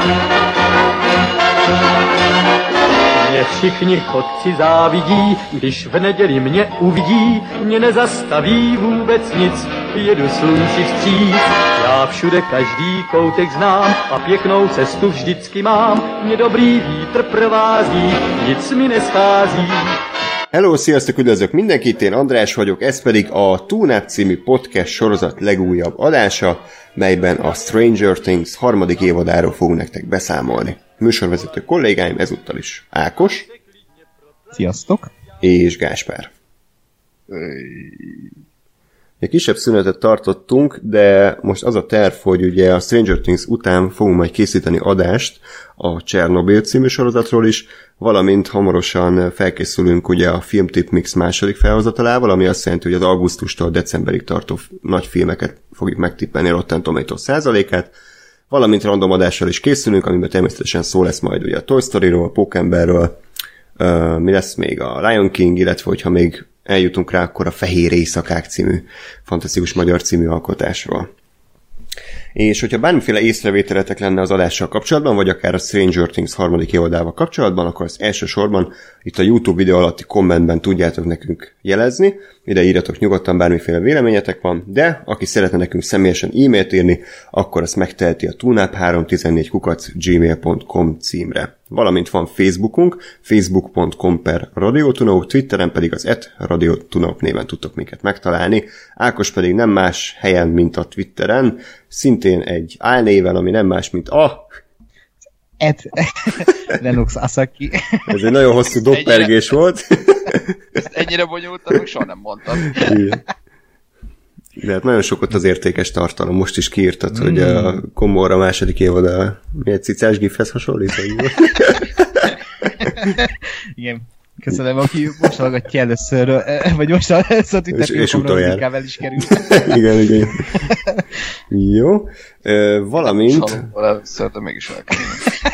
Mě všichni chodci závidí, když v neděli mě uvidí, mě nezastaví vůbec nic, jedu slunci vstříc. Já všude každý koutek znám a pěknou cestu vždycky mám, mě dobrý vítr provází, nic mi neschází. Hello, sziasztok, üdvözlök mindenkit, én András vagyok, ez pedig a Tune Up című podcast sorozat legújabb adása, melyben a Stranger Things harmadik évadáról fogunk nektek beszámolni. Műsorvezető kollégáim ezúttal is Ákos. Sziasztok. És Gáspár. Egy kisebb szünetet tartottunk, de most az a terv, hogy ugye a Stranger Things után fogunk majd készíteni adást a Chernobyl című sorozatról is, valamint hamarosan felkészülünk ugye a Filmtip Mix második felhozatalával, ami azt jelenti, hogy az augusztustól decemberig tartó nagy filmeket fogjuk megtippelni a Rotten Tomatoes százalékát, valamint random adással is készülünk, amiben természetesen szó lesz majd ugye a Toy Story-ról, Pókemberről, mi lesz még a Lion King, illetve hogyha még eljutunk rá, akkor a Fehér Éjszakák című fantasztikus magyar című alkotásról. És hogyha bármiféle észrevételetek lenne az adással kapcsolatban, vagy akár a Stranger Things harmadik évadával kapcsolatban, akkor az elsősorban itt a YouTube videó alatti kommentben tudjátok nekünk jelezni, ide írjatok nyugodtan, bármiféle véleményetek van, de aki szeretne nekünk személyesen e-mailt írni, akkor azt megteheti a tuneup314@gmail.com címre. Valamint van Facebookunk, facebook.com/radiotuneup, Twitteren pedig az @radiotuneup néven tudtok minket megtalálni. Ákos pedig nem más helyen, mint a Twitteren, szintén egy álnéven, ami nem más, mint a... Lennox Asaki. Ez egy nagyon hosszú doppergés volt. Ezt ennyire bonyolultan még soha nem mondtam. De hát nagyon sokat az értékes tartalom. Most is kiírtad, hogy a Commodore második évad a egy cicás gifhez hasonlít? Igen. Köszönöm, aki most hallgatja először, vagy most először és utoljára. El is került. Igen. Jó. Valamint... Először, de mégis elkerül.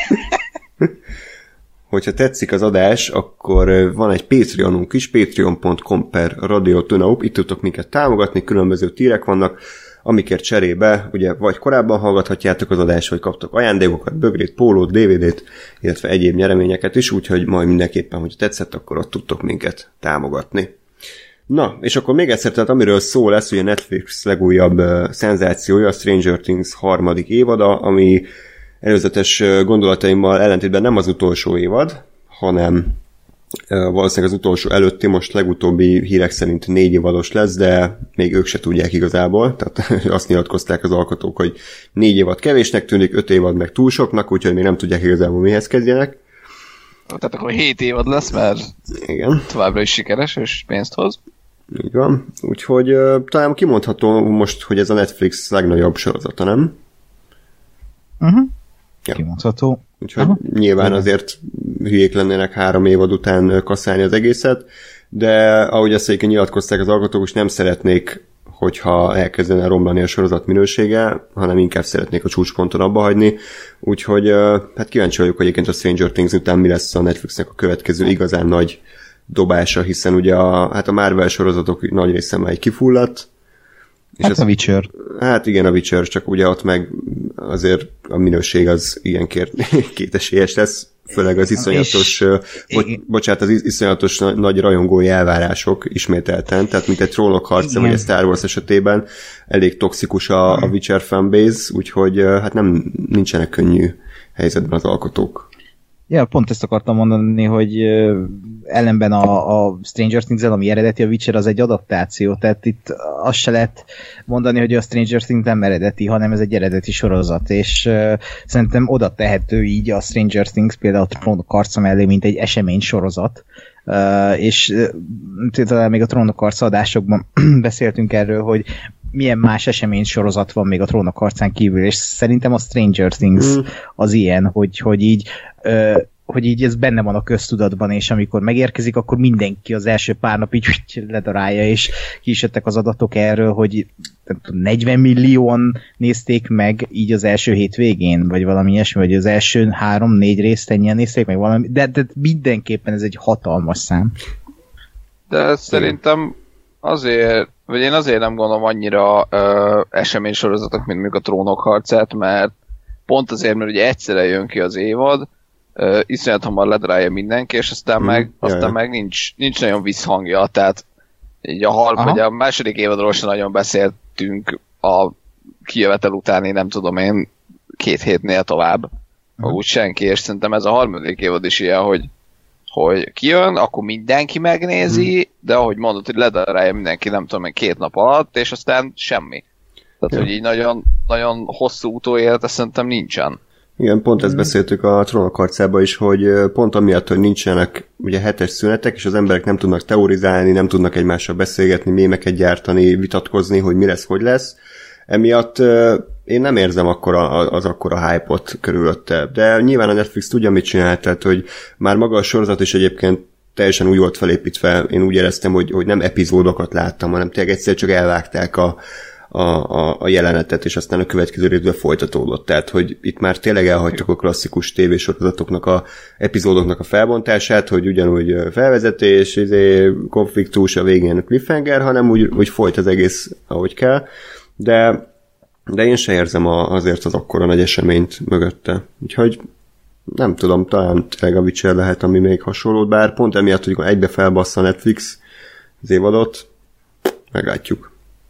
Hogyha tetszik az adás, akkor van egy Patreonunk is, patreon.com/radiotuneup, itt tudtok minket támogatni, különböző tírek vannak, amikért cserébe, ugye vagy korábban hallgathatjátok az adást, vagy kaptok ajándékokat, bögrét, pólót, DVD-t, illetve egyéb nyereményeket is, úgyhogy majd mindenképpen, hogyha tetszett, akkor ott tudtok minket támogatni. Na, és akkor még egyszer, tehát amiről szó lesz, ugye Netflix legújabb szenzációja, a Stranger Things harmadik évada, ami előzetes gondolataimmal ellentétben nem az utolsó évad, hanem valószínűleg az utolsó előtti, most legutóbbi hírek szerint 4 évados lesz, de még ők se tudják igazából, tehát azt nyilatkozták az alkotók, hogy 4 évad kevésnek tűnik, 5 évad meg túl soknak, úgyhogy még nem tudják igazából mihez kezdjenek. Tehát akkor 7 évad lesz, mert igen, továbbra is sikeres, és pénzt hoz. Így van, úgyhogy talán kimondható most, hogy ez a Netflix legnagyobb sorozata, nem? Ja. Kimondható. Úgyhogy nyilván azért hülyék lennének 3 évad után kasszálni az egészet, de ahogy ezt egyébként nyilatkozták az alkotók, is nem szeretnék, hogyha elkezdene romlani a sorozat minősége, hanem inkább szeretnék a csúcsponton abba hagyni. Úgyhogy hát kíváncsi vagyok, hogy egyébként a Stranger Things után mi lesz a Netflixnek a következő igazán nagy dobása, hiszen ugye a Marvel sorozatok nagy része már kifulladt. És hát a Witcher. Hát igen, a Witcher, csak ugye ott meg azért a minőség az igen kétesélyes lesz, főleg az iszonyatos, az iszonyatos nagy rajongói elvárások ismételten, tehát mint egy Trónok harca, vagy a Star Wars esetében elég toxikus a Witcher fanbase, úgyhogy hát nincsenek könnyű helyzetben az alkotók. Ja, pont ezt akartam mondani, hogy ellenben a Stranger Things-el, ami eredeti, a Witcher az egy adaptáció, tehát itt azt se lehet mondani, hogy a Stranger Things nem eredeti, hanem ez egy eredeti sorozat, és szerintem oda tehető így a Stranger Things például a Trónok harca mellé, mint egy esemény sorozat, és talán még a Trónok harca adásokban beszéltünk erről, hogy milyen más esemény sorozat van még a Trónok harcán kívül, és szerintem a Stranger Things az ilyen, hogy így ez benne van a köztudatban, és amikor megérkezik, akkor mindenki az első pár nap így ledarálja, és ki is jöttek az adatok erről, hogy 40 millióan nézték meg így az első hétvégén, vagy valami ilyesmi, vagy az első 3-4 részt ennyien nézték meg valami, de mindenképpen ez egy hatalmas szám. De szerintem azért, vagy én azért nem gondolom annyira eseménysorozatok, mint mondjuk a Trónok harcát, mert pont azért, mert ugye egyszerre jön ki az évad, iszonyat hamar ledarálja mindenki, és aztán meg nincs nagyon visszhangja, tehát így a második évadról sem nagyon beszéltünk a kijövetel utáni, nem tudom én, 2 hétnél tovább, úgy senki, és szerintem ez a harmadik évad is ilyen, hogy kijön, akkor mindenki megnézi, de ahogy mondod, hogy ledarálja mindenki, nem tudom én, 2 nap alatt, és aztán semmi. Tehát, hogy így nagyon, nagyon hosszú utóélete szerintem nincsen. Igen, pont ezt beszéltük a Trónok harcában is, hogy pont amiatt, hogy nincsenek ugye hetes szünetek, és az emberek nem tudnak teorizálni, nem tudnak egymással beszélgetni, mémeket gyártani, vitatkozni, hogy mi lesz, hogy lesz. Emiatt én nem érzem akkora hype-ot körülötte. De nyilván a Netflix tudja, mit csinál, tehát hogy már maga a sorozat is egyébként teljesen úgy volt felépítve, én úgy éreztem, hogy nem epizódokat láttam, hanem tényleg egyszer csak elvágták a jelenetet, és aztán a következő részben folytatódott. Tehát, hogy itt már tényleg elhagytuk a klasszikus tévésorozatoknak a epizódoknak a felbontását, hogy ugyanúgy felvezetés, konfliktus, a végén cliffhanger, hanem úgy folyt az egész, ahogy kell. De én se érzem azért az akkora nagy eseményt mögötte. Úgyhogy nem tudom, talán tényleg a Witcher lehet, ami még hasonló, bár pont emiatt, hogy egybe felbassza a Netflix az évadot, meglátjuk.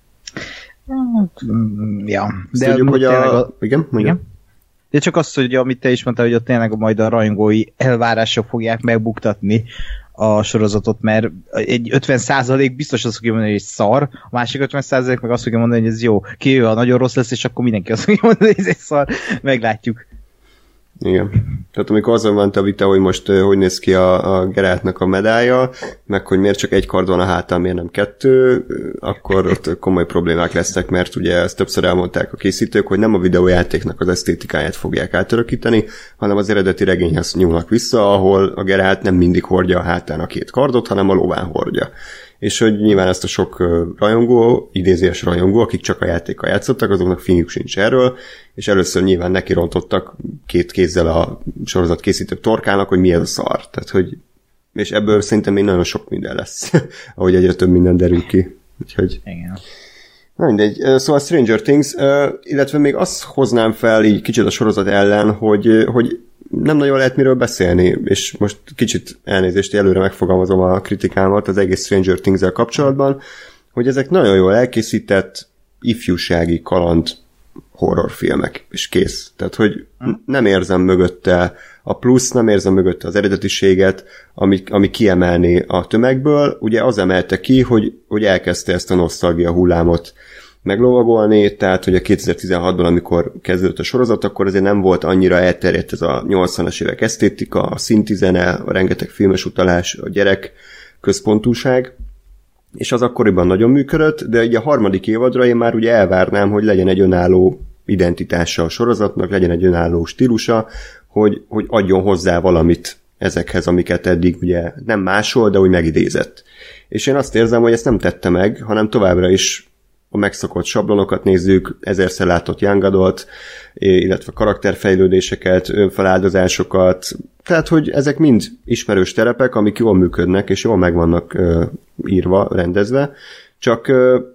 Ja, de tudjuk, hogy igen? De csak azt, hogy amit te is mondtál, hogy ott tényleg majd a rajongói elvárások fogják megbuktatni a sorozatot, mert egy 50% biztos azt fogja mondani, hogy szar, a másik 50% meg azt fogja mondani, hogy ez jó. Kijön, ha nagyon rossz lesz, és akkor mindenki azt fogja mondani, hogy ez egy szar. Meglátjuk. Igen. Tehát amikor azon van a vita, hogy most hogy néz ki a Geraltnak a medálja, meg hogy miért csak egy kard van a hátán, miért nem 2, akkor ott komoly problémák lesznek, mert ugye ezt többször elmondták a készítők, hogy nem a videójátéknak az esztétikáját fogják átörökíteni, hanem az eredeti regényhez nyúlnak vissza, ahol a Geralt nem mindig hordja a hátán a 2 kardot, hanem a lován hordja. És hogy nyilván ezt a sok rajongó, idézőes rajongó, akik csak a játékkal játszottak, azoknak fingjuk sincs erről, és először nyilván nekirontottak 2 kézzel a sorozat készítők torkának, hogy mi ez a szar. Tehát, hogy, és ebből szerintem még nagyon sok minden lesz, ahogy egyre több minden derül ki. Úgyhogy... Igen. Na mindegy. Szóval Stranger Things, illetve még azt hoznám fel így kicsit a sorozat ellen, hogy nem nagyon lehet miről beszélni, és most kicsit elnézést, előre megfogalmazom a kritikámat az egész Stranger Things-el kapcsolatban, hogy ezek nagyon jól elkészített ifjúsági kaland horrorfilmek, és kész. Tehát, hogy nem érzem mögötte a plusz, nem érzem mögötte az eredetiséget, ami kiemelné a tömegből. Ugye az emelte ki, hogy elkezdte ezt a nosztalgia hullámot meglovagolni, tehát, hogy a 2016-ban, amikor kezdődött a sorozat, akkor azért nem volt annyira elterjedt ez a 80-as évek esztétika, a szinti zene, a rengeteg filmes utalás, a gyerek központúság, és az akkoriban nagyon működött, de ugye a harmadik évadra én már ugye elvárnám, hogy legyen egy önálló identitása a sorozatnak, legyen egy önálló stílusa, hogy adjon hozzá valamit ezekhez, amiket eddig ugye nem másol, de úgy megidézett. És én azt érzem, hogy ezt nem tette meg, hanem továbbra is a megszokott sablonokat nézzük, ezerszer látott young adult, illetve karakterfejlődéseket, önfeláldozásokat, tehát, hogy ezek mind ismerős terepek, amik jól működnek, és jól meg vannak írva, rendezve, csak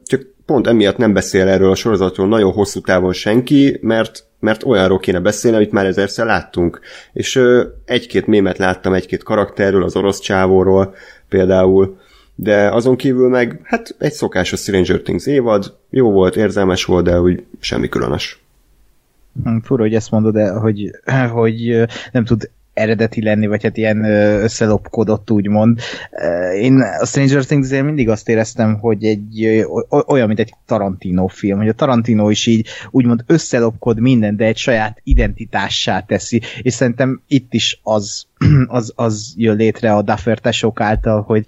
pont emiatt nem beszél erről a sorozatról nagyon hosszú távon senki, mert olyanról kéne beszélni, amit már ezerszer láttunk. És egy-két mémet láttam egy-két karakterről, az orosz csávóról például, de azon kívül meg, hát egy szokásos Stranger Things évad, jó volt, érzelmes volt, de úgy semmi különös. Fura, hogy ezt mondod, de hogy nem tud eredeti lenni, vagy hát ilyen összelopkodott, úgymond. Én a Stranger Things-nél mindig azt éreztem, hogy olyan, mint egy Tarantino film, hogy a Tarantino is így úgymond összelopkod minden, de egy saját identitássá teszi, és szerintem itt is az jön létre a Duffer tesók által, hogy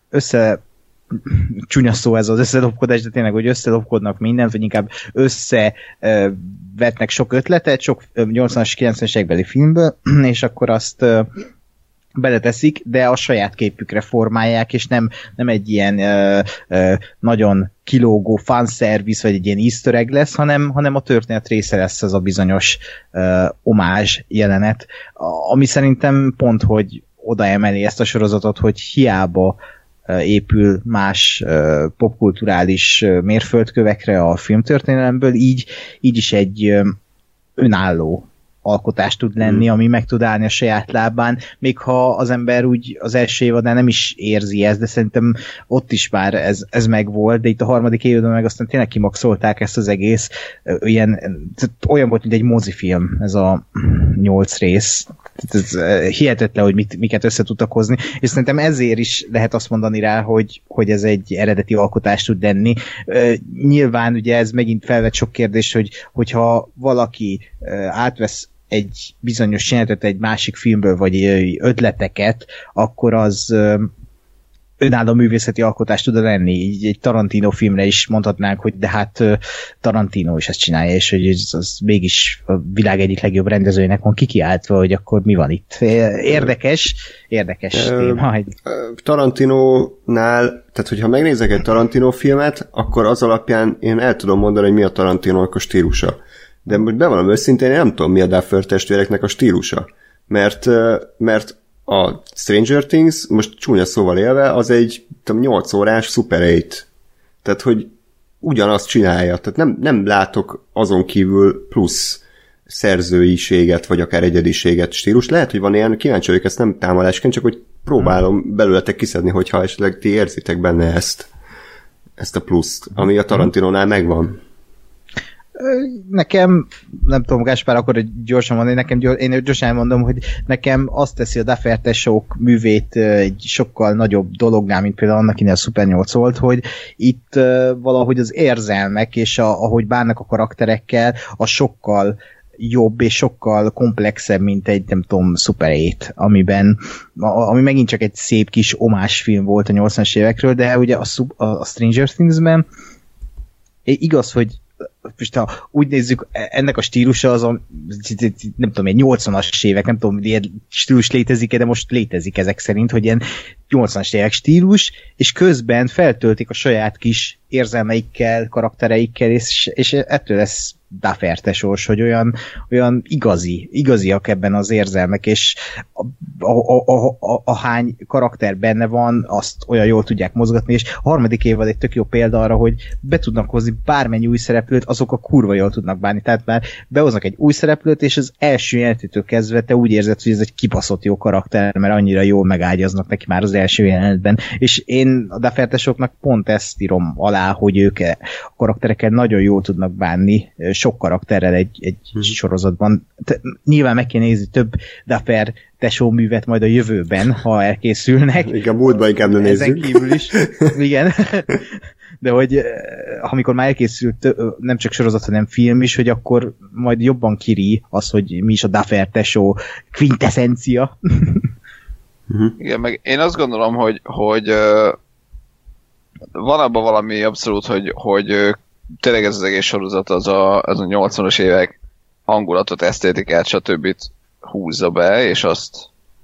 csúnya szó ez az összelopkodás, de tényleg, hogy összelopkodnak mindent, vagy inkább összevetnek sok ötletet, sok 80-as, 90-es évekbeli filmből, és akkor azt beleteszik, de a saját képükre formálják, és nem egy ilyen nagyon kilógó fanservice, vagy egy ilyen easter egg lesz, hanem a történet része lesz ez a bizonyos omázs jelenet, ami szerintem pont, hogy oda emeli ezt a sorozatot, hogy hiába épül más popkulturális mérföldkövekre a filmtörténelemből, így is egy önálló alkotás tud lenni, ami meg tud állni a saját lábán, még ha az ember úgy az első évadnál nem is érzi ezt, de szerintem ott is már ez megvolt, de itt a harmadik évadban meg aztán tényleg kimaxolták ezt az egész, olyan volt, mint egy mozifilm, ez a 8 rész. Ez hihetetlen, hogy miket össze tudtak hozni, és szerintem ezért is lehet azt mondani rá, hogy ez egy eredeti alkotás tud lenni. Nyilván ugye ez megint felvet sok kérdés, hogyha valaki átvesz egy bizonyos jelenetet egy másik filmből, vagy ötleteket, akkor az önálló művészeti alkotás tud lenni. Így egy Tarantino filmre is mondhatnánk, hogy de hát Tarantino is ezt csinálja, és hogy az mégis a világ egyik legjobb rendezőjének van kikiáltva, hogy akkor mi van itt. Érdekes téma. Tarantinónál, tehát hogyha megnézek egy Tarantino filmet, akkor az alapján én el tudom mondani, hogy mi a Tarantinónak a stílusa. De most bevallom őszintén, én nem tudom, mi a Duffer testvéreknek a stílusa. Mert a Stranger Things, most csúnya szóval élve, az egy 8 órás Super 8. Tehát, hogy ugyanazt csinálja. Tehát nem látok azon kívül plusz szerzőiséget, vagy akár egyediséget, stílus. Lehet, hogy van ilyen, kíváncsi vagyok, ezt nem támadásként, csak hogy próbálom belőletek kiszedni, hogyha esetleg ti érzitek benne ezt a pluszt, ami a Tarantinónál megvan. Nekem, nem tudom, Gáspár, akkor gyorsan mondani, én gyorsan mondom, hogy nekem azt teszi a Duffer tesók művét egy sokkal nagyobb dolognál, mint például annak innen a Super 8 volt, hogy itt valahogy az érzelmek, és ahogy bánnak a karakterekkel, a sokkal jobb és sokkal komplexebb, mint egy, nem tudom, Super 8, ami megint csak egy szép kis omásfilm volt a 80-as évekről, de ugye a Stranger Things-ben igaz, hogy most ha úgy nézzük, ennek a stílusa az nem tudom, egy 80-as évek, nem tudom, ilyen stílus létezik-e, de most létezik ezek szerint, hogy ilyen 80-as évek stílus, és közben feltöltik a saját kis érzelmeikkel, karaktereikkel, és ettől lesz Duffer tesós, hogy olyan igaziak ebben az érzelmek, és a hány karakter benne van, azt olyan jól tudják mozgatni, és a harmadik évad egy tök jó példa arra, hogy be tudnak hozni bármennyi új szereplőt, azok a kurva jól tudnak bánni. Tehát már behoznak egy új szereplőt, és az első jelenetétől kezdve te úgy érzed, hogy ez egy kibaszott jó karakter, mert annyira jól megágyaznak neki már az első jelenetben. És én a Duffer tesóknak pont ezt írom alá, hogy ők a karakterekkel nagyon jól tudnak bánni, sok karakterrel egy sorozatban. Nyilván meg kell nézni több Duffer tesó művet majd a jövőben, ha elkészülnek. Igen, múltban inkább nem nézzük. Ezen kívül is. Igen. De hogy amikor már elkészült nem csak sorozat, hanem film is, hogy akkor majd jobban kiri az, hogy mi is a Duffer tesó quintessencia. Igen, meg én azt gondolom, hogy van abban valami abszolút, hogy tényleg ez az egész sorozat az a 80-as évek hangulatot, esztétikát, stb. Húzza be, és azt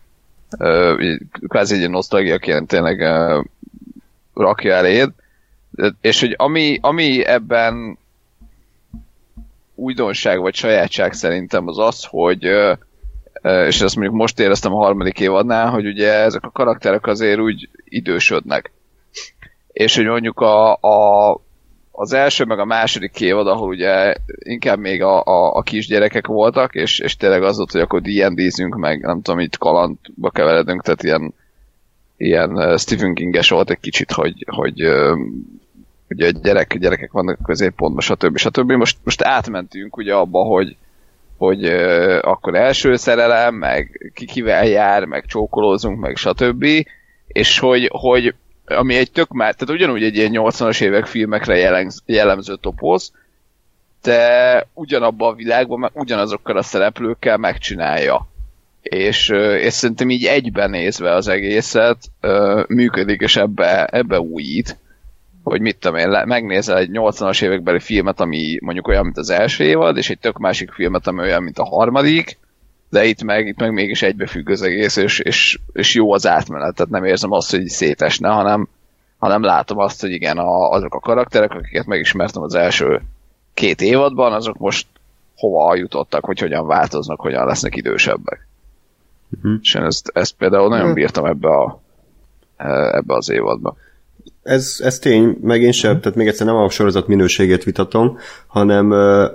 kvázi egy nosztalgiaként tényleg rakja eléd. És hogy ami ebben újdonság vagy sajátság szerintem az, hogy és ezt mondjuk most éreztem a harmadik évadnál, hogy ugye ezek a karakterek azért úgy idősödnek. És hogy mondjuk az első meg a második évad, ahol ugye inkább még a kisgyerekek voltak, és tényleg az volt, hogy akkor D&D-zünk meg, nem tudom, itt kalandba keveredünk, tehát ilyen Stephen King-es volt egy kicsit, hogy ugye gyerekek vannak a középpontban, stb. Most átmentünk ugye abba, hogy akkor első szerelem, meg kivel jár, meg csókolózunk, meg stb. És hogy ami egy tehát ugyanúgy egy ilyen 80-as évek filmekre jellemző topoz, de ugyanabban a világban meg ugyanazokkal a szereplőkkel megcsinálja. És szerintem így egyben nézve az egészet működik, és ebbe újít, hogy mit tudom én, megnézel egy 80-as évekbeli filmet, ami mondjuk olyan, mint az első évad, és egy tök másik filmet, ami olyan, mint a harmadik, de itt meg mégis egybefügg az egész, és jó az átmenet, tehát nem érzem azt, hogy szétesne, hanem látom azt, hogy igen, azok a karakterek, akiket megismertem az első 2 évadban, azok most hova jutottak, hogy hogyan változnak, hogyan lesznek idősebbek. És én ezt például nagyon bírtam ebbe az évadba. Ez tény, meg én sem, tehát még egyszer nem a sorozat minőségét vitatom, hanem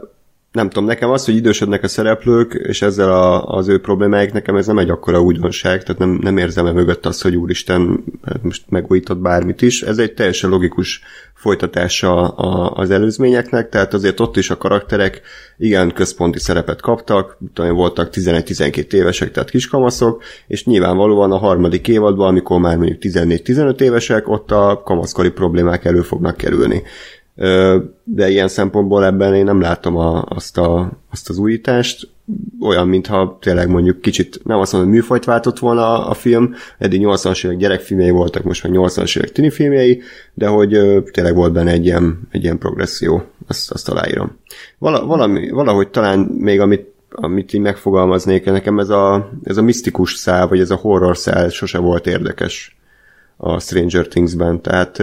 nem tudom, nekem az, hogy idősödnek a szereplők, és ezzel az ő problémáik, nekem ez nem egy akkora újdonság, tehát nem érzem mögött azt, hogy úristen, most megújított bármit is. Ez egy teljesen logikus folytatása az előzményeknek, tehát azért ott is a karakterek igen központi szerepet kaptak, voltak 11-12 évesek, tehát kiskamaszok, és nyilvánvalóan a harmadik évadban, amikor már mondjuk 14-15 évesek, ott a kamaszkori problémák elő fognak kerülni. De ilyen szempontból ebben én nem látom azt az újítást, olyan, mintha tényleg mondjuk kicsit, nem azt mondom, hogy műfajt váltott volna a film, eddig 80-as évek gyerekfilmjei voltak, most meg 80-as évek tini filmjei, de hogy tényleg volt benne egy ilyen progresszió, azt aláírom. Valahogy talán még amit így megfogalmaznék, nekem ez a misztikus szál, vagy ez a horror szál sose volt érdekes a Stranger Things-ben, tehát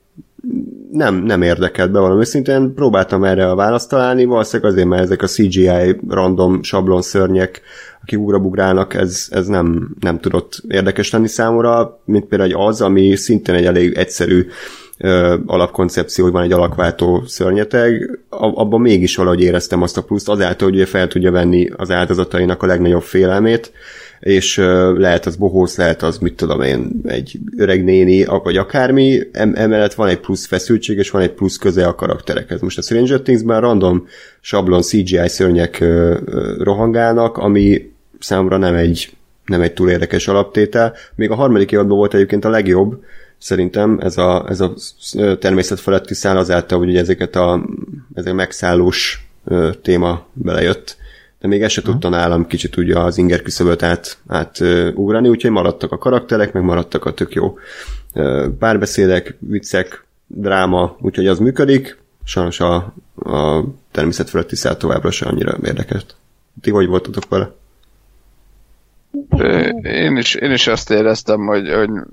nem érdekelt be valami szintén, próbáltam erre a választ találni, valószínűleg azért, mert ezek a CGI random sablon szörnyek, akik ugrabugrálnak, ez nem tudott érdekes lenni számomra, mint például az, ami szintén egy elég egyszerű alapkoncepció, hogy van egy alakváltó szörnyeteg, abban mégis valahogy éreztem azt a pluszt, azáltal, hogy fel tudja venni az áldozatainak a legnagyobb félelmét, és lehet az bohósz, lehet az, mit tudom én, egy öreg néni, vagy akármi, emellett van egy plusz feszültség, és van egy plusz köze a karakterekhez. Most a Stranger Things-ben random sablon CGI szörnyek rohangálnak, ami számomra nem egy túl érdekes alaptétel. Még a harmadik évadban volt egyébként a legjobb, szerintem ez a természet feletti szál azáltal, hogy ezek a megszállós téma belejött. De még ezt se tudta nálam kicsit ugye az inger küszöböt átugrani, úgyhogy maradtak a karakterek, meg maradtak a tök jó párbeszédek, viccek, dráma, úgyhogy az működik. Sajnos a természet feletti szál továbbra se annyira érdekelt. Ti hogy voltatok vele? Én is azt éreztem, hogy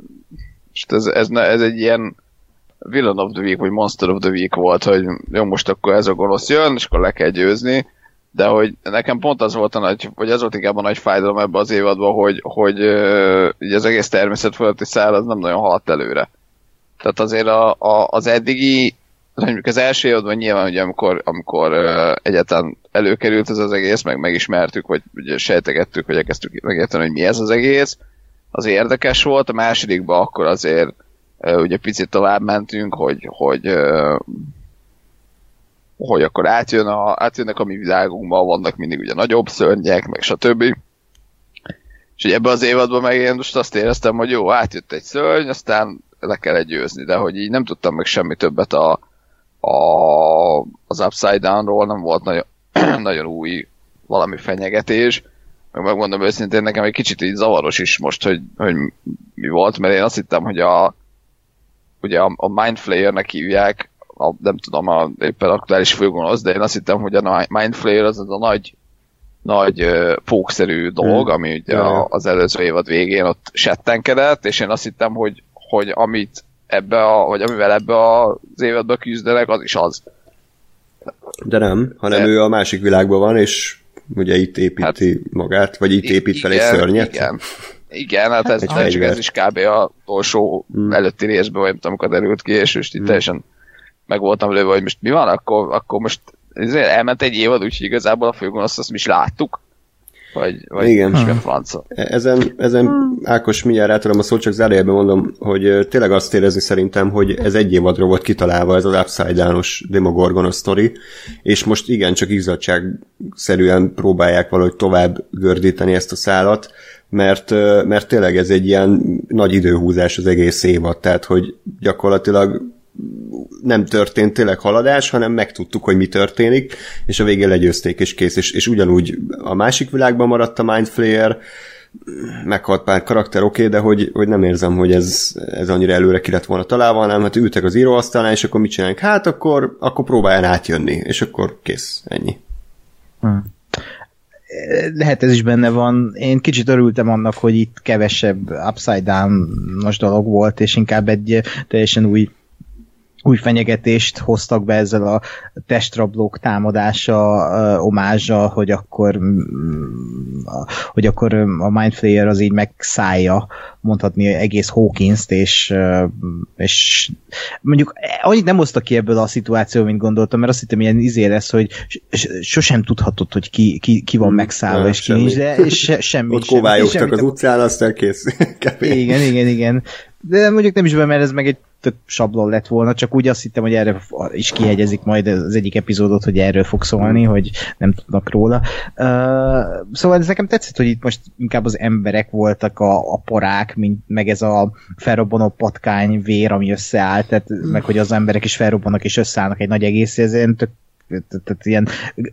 ez egy ilyen Villain of the Week, vagy Monster of the Week volt, hogy jó, most akkor ez a gonosz jön, és akkor le kell győzni, de hogy nekem pont az volt vagy az volt inkább a nagy fájdalom ebben az évadban, hogy így az egész természet fölötti szál az nem nagyon haladt előre. Tehát azért az eddigi, mondjuk az első évadban nyilván, ugye, amikor egyáltalán előkerült ez az egész, meg megismertük, vagy ugye sejtegettük, vagy elkezdtük megérteni, hogy mi ez az egész, az érdekes volt, a másodikban akkor azért ugye picit tovább mentünk, hogy akkor átjönnek a mi világunkban, vannak mindig ugye nagyobb szörnyek, meg stb. És ugye ebben az évadban meg én most azt éreztem, hogy jó, átjött egy szörny, aztán le kell győzni, de hogy így nem tudtam meg semmi többet az Upside Down-ról, nem volt nagyon, nagyon új valami fenyegetés, meg megmondom őszintén, nekem egy kicsit így zavaros is most, hogy mi volt, mert én azt hittem, hogy ugye a Mind Flayer-nek hívják, nem tudom, éppen aktuális főgonosz, de én azt hittem, hogy a Mind Flayer az a nagy pókszerű dolog, ami ugye az előző évad végén ott settenkedett, és én azt hittem, hogy amit amivel ebbe az évadba küzdenek, az is az. De nem, hanem ő a másik világban van, és ugye itt építi magát, vagy itt épít fel egy szörnyet. Igen, hát ez is kb. A utolsó előtti részben, vagy amikor derült ki, és most itt teljesen meg voltam lőve, hogy most mi van, akkor most elment egy évad, úgyhogy igazából a főgonoszt azt mi is láttuk. Vagy igen. Mi a franca. Ezen Ákos mindjárt átadom a szót, csak zárójelben mondom, hogy tényleg azt érezni szerintem, hogy ez egy évadra volt kitalálva, ez az Upside Down-os Demogorgonos sztori, és most igen, csak izzadságszerűen próbálják valahogy tovább gördíteni ezt a szálat, mert tényleg ez egy ilyen nagy időhúzás az egész évad, tehát hogy gyakorlatilag nem történt tényleg haladás, hanem megtudtuk, hogy mi történik, és a végén legyőzték, és kész. És ugyanúgy a másik világban maradt a Mind Flayer, meghalt pár karakter, oké, de hogy nem érzem, hogy ez annyira előre ki lett volna találva, hanem hát ültek az íróasztalnál, és akkor mit csinálják? Hát akkor próbáljon átjönni, és akkor kész, ennyi. Lehet ez is benne van. Én kicsit örültem annak, hogy itt kevesebb Upside Down-os dolog volt, és inkább egy teljesen új új fenyegetést hoztak be ezzel a testrablók támadása omázsa, hogy akkor a Mind Flayer az így megszállja mondhatni egész Hawkins-t, és mondjuk annyit nem hoztak ki ebből a szituáció, mint gondoltam, mert azt hittem, ilyen izé lesz, hogy sosem tudhatod, hogy ki van megszállva, és ki nincs, de és semmi. Ott kovályogtak az utcán, aztán kész. Igen. De mondjuk nem is be, mert ez meg egy tök sablon lett volna, csak úgy azt hittem, hogy erre is kihegyezik majd az egyik epizódot, hogy erről fog szólni, hogy nem tudnak róla. Szóval ez nekem tetszett, hogy itt most inkább az emberek voltak a porák, meg ez a felrobbanó patkány vér, ami összeállt, tehát, meg hogy az emberek is felrobbannak és összeállnak egy nagy egész, ez ilyen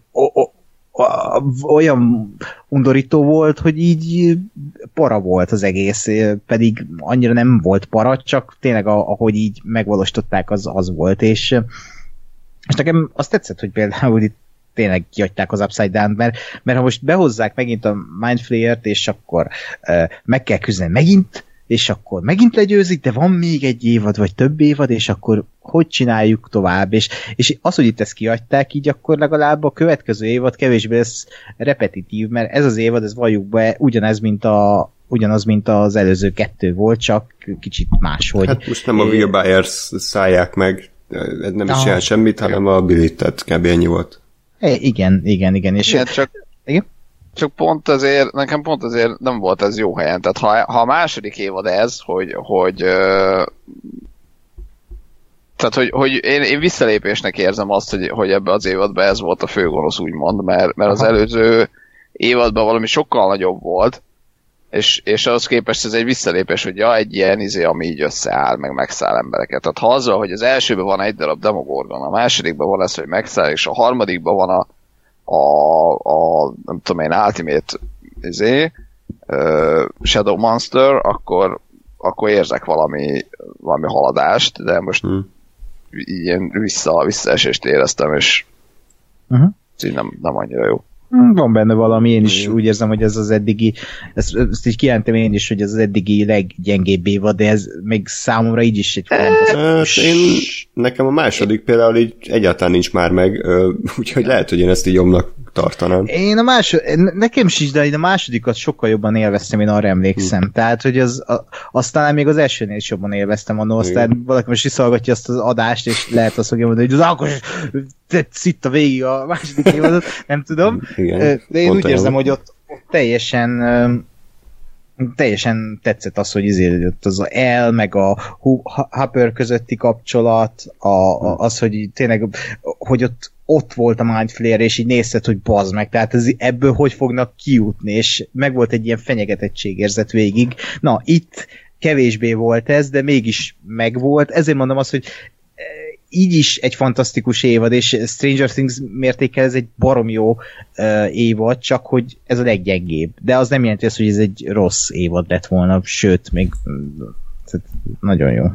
olyan undorító volt, hogy így para volt az egész, pedig annyira nem volt para, csak tényleg ahogy így megvalósították, az volt, és nekem azt tetszett, hogy például itt tényleg kiadták az Upside Down-t, mert ha most behozzák megint a Mind Flayer-t, és akkor meg kell küzdeni megint, és akkor megint legyőzik, de van még egy évad, vagy több évad, és akkor hogy csináljuk tovább, és az, hogy itt ezt kiadták, így akkor legalább a következő évad kevésbé lesz repetitív, mert ez az évad, ez valljuk be, ugyanaz, mint az előző 2 volt, csak kicsit máshogy. Hát most nem a Will Byers szállják meg, nem is csinál semmit, hanem a Billy, tehát kb. Ennyi volt. Igen. És igen, csak pont azért, nekem pont azért nem volt ez jó helyen. Tehát ha a második évad ez, hogy én visszalépésnek érzem azt, hogy ebbe az évadban ez volt a főgonosz, úgymond, mert az előző évadban valami sokkal nagyobb volt, és ahhoz képest ez egy visszalépés, hogy egy ilyen ami így összeáll, meg megszáll embereket. Tehát ha azzal, hogy az elsőben van egy darab Demogorgon, a másodikban van ez, hogy megszáll, és a harmadikban van a nem tudom én, Ultimate Shadow Monster, akkor érzek valami haladást, de most ilyen visszaesést éreztem, és így nem annyira jó. Van benne valami, én is úgy érzem, hogy ez az eddigi, ezt így kijelentem én is, hogy ez az eddigi leggyengébb évad, de ez még számomra így is egy fantasztikus. Nekem a második például így egyáltalán nincs már meg, úgyhogy lehet, hogy én ezt így jobbnak tartanám. Nekem is, de én a másodikat sokkal jobban élveztem, én arra emlékszem. Tehát, hogy azt talán még az elsőnél is jobban élveztem annól, aztán valaki most visszahallgatja azt az adást, és lehet azt fogja mondani, hogy az Ákos szitta végig a második évadot, nem tudom. Igen, de én úgy érzem, hogy ott teljesen tetszett az, hogy ott az a El, meg a Hopper közötti kapcsolat, az, hogy tényleg, hogy ott volt a Mind Flayer, és így nézted, hogy bazd meg, tehát ebből hogy fognak kijutni, és meg volt egy ilyen fenyegetettségérzet végig. Na, itt kevésbé volt ez, de mégis megvolt, ezért mondom azt, hogy így is egy fantasztikus évad, és Stranger Things mértékkel ez egy barom jó évad, csak hogy ez a leggyengébb. De az nem jelenti azt, hogy ez egy rossz évad lett volna, sőt, még nagyon jó.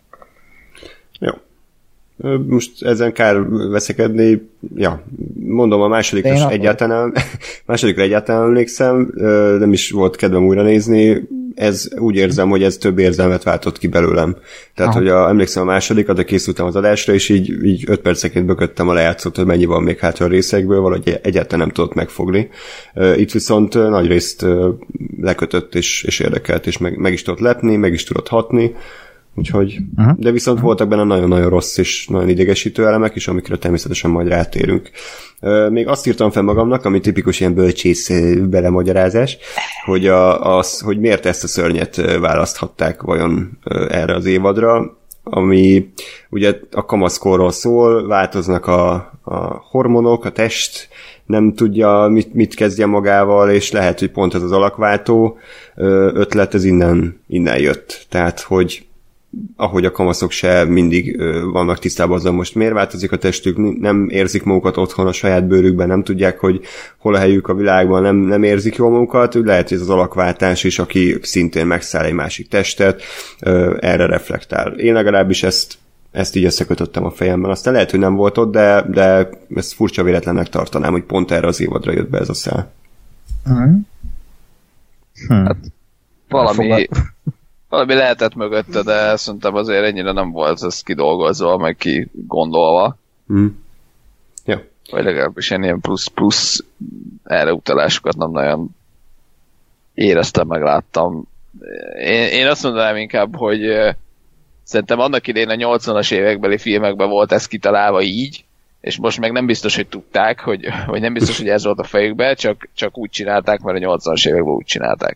Jó. Most ezen kár veszekedni, mondom, a másodikra egyáltalán emlékszem, nem is volt kedvem újra nézni, ez úgy érzem, hogy ez több érzelmet váltott ki belőlem. Tehát, hogy emlékszem a másodikat, de készültem az adásra, és így 5 perceként bököttem a lejátszót, hogy mennyi van még hátra a részekből, valahogy egyáltalán nem tudott megfogni. Itt viszont nagy részt lekötött és érdekelt, és meg is tudott lepni, meg is tudott hatni, úgyhogy, de viszont voltak benne nagyon-nagyon rossz és nagyon idegesítő elemek is, amikre természetesen majd rátérünk. Még azt írtam fel magamnak, ami tipikus ilyen bölcsész belemagyarázás, hogy miért ezt a szörnyet választhatták vajon erre az évadra, ami ugye a kamaszkorról szól, változnak a hormonok, a test nem tudja, mit kezdje magával, és lehet, hogy pont ez az alakváltó ötlet, ez innen jött. Tehát, hogy ahogy a kamaszok se mindig vannak tisztában azzal, most miért változik a testük, nem érzik magukat otthon a saját bőrükben, nem tudják, hogy hol a helyük a világban, nem érzik jól magukat, úgy lehet, hogy ez az alakváltás is, aki szintén megszáll egy másik testet, erre reflektál. Én legalábbis ezt így összekötöttem a fejemben. Aztán lehet, hogy nem volt ott, de ezt furcsa véletlennek tartanám, hogy pont erre az évadra jött be ez a szál. Hát, valami valami lehetett mögötte, de szerintem azért ennyire nem volt ez kidolgozva, meg ki gondolva. Ja. Vagy legalábbis ilyen plusz erre utalásokat nem nagyon éreztem, meg láttam. Én azt mondanám inkább, hogy szerintem annak idején a 80-as évekbeli filmekben volt ez kitalálva így, és most meg nem biztos, hogy tudták, vagy nem biztos, hogy ez volt a fejükben, csak úgy csinálták, mert a 80-as években úgy csinálták.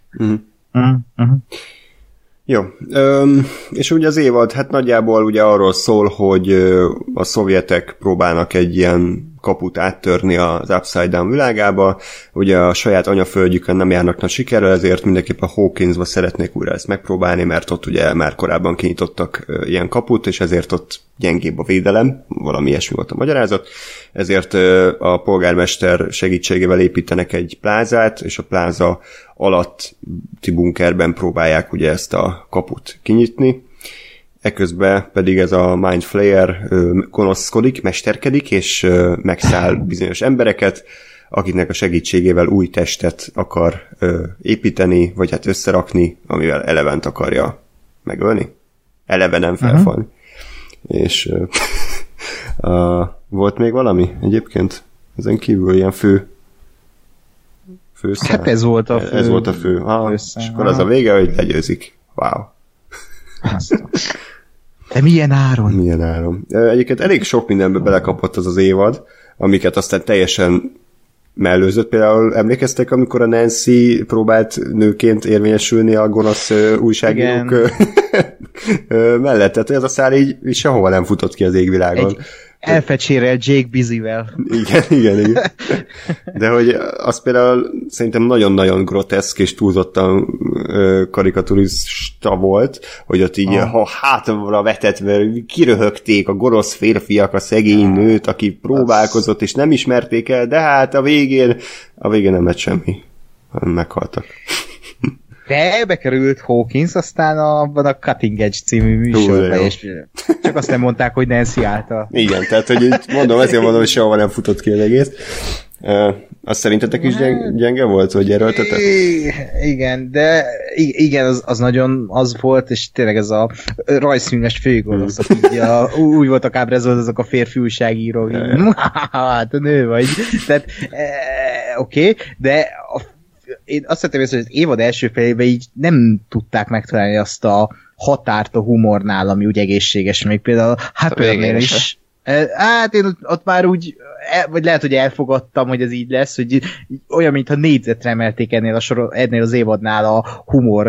Jó. És ugye az évad, hát nagyjából ugye arról szól, hogy a szovjetek próbálnak egy ilyen kaput áttörni az Upside Down világába, ugye a saját anyaföldjükön nem járnak nagy sikerrel, ezért mindenképpen Hawkinsba szeretnék újra ezt megpróbálni, mert ott ugye már korábban kinyitottak ilyen kaput, és ezért ott gyengébb a védelem, valami ilyesmi volt a magyarázat, ezért a polgármester segítségével építenek egy plázát, és a pláza alatti bunkerben próbálják ugye ezt a kaput kinyitni. Eközben pedig ez a Mind Flayer gonoszkodik, mesterkedik, és megszáll bizonyos embereket, akiknek a segítségével új testet akar építeni, vagy hát összerakni, amivel Elevent akarja megölni. Elevenen felfalni. És volt még valami egyébként? Ezen kívül ilyen fő Hát ez volt a fő. Ez volt a fő. És akkor az a vége, hogy legyőzik. Wow. De milyen áron? Milyen áron. Egyébként elég sok mindenbe belekapott az évad, amiket aztán teljesen mellőzött. Például emlékeztek, amikor a Nancy próbált nőként érvényesülni a gonosz újságírók mellett? Tehát ez a szál így sehova nem futott ki az égvilágon. Elfecsérel Jake Busy-vel. Igen. De hogy az például szerintem nagyon-nagyon groteszk és túlzottan karikaturista volt, hogy ott így ha hátra vetett, mert kiröhögték a gonosz férfiak a szegény nőt, aki próbálkozott és nem ismerték el, de hát a végén nem lett semmi. Meghaltak. De bekerült Hawkins aztán abban a Cutting Edge című műsorban, és csak azt nem mondták, hogy Nancy által. Igen, tehát hogy ezért mondom, hogy sehova nem futott ki az egész. Azt szerintetek is gyenge volt, hogy erőltetett? Igen, de igen, az nagyon az volt, és tényleg ez a rajzfilmes főgonosz, úgy voltak ábrázolva azok a férfi újságírók, hát a nő vagy. Tehát oké, de én azt szeretném észre, hogy az évad első felében így nem tudták megtalálni azt a határt a humornál, ami úgy egészséges, még például Hoppernél is. Hát én ott már úgy, vagy lehet, hogy elfogadtam, hogy ez így lesz, hogy olyan, mintha négyzetre emelték ennél az évadnál a humor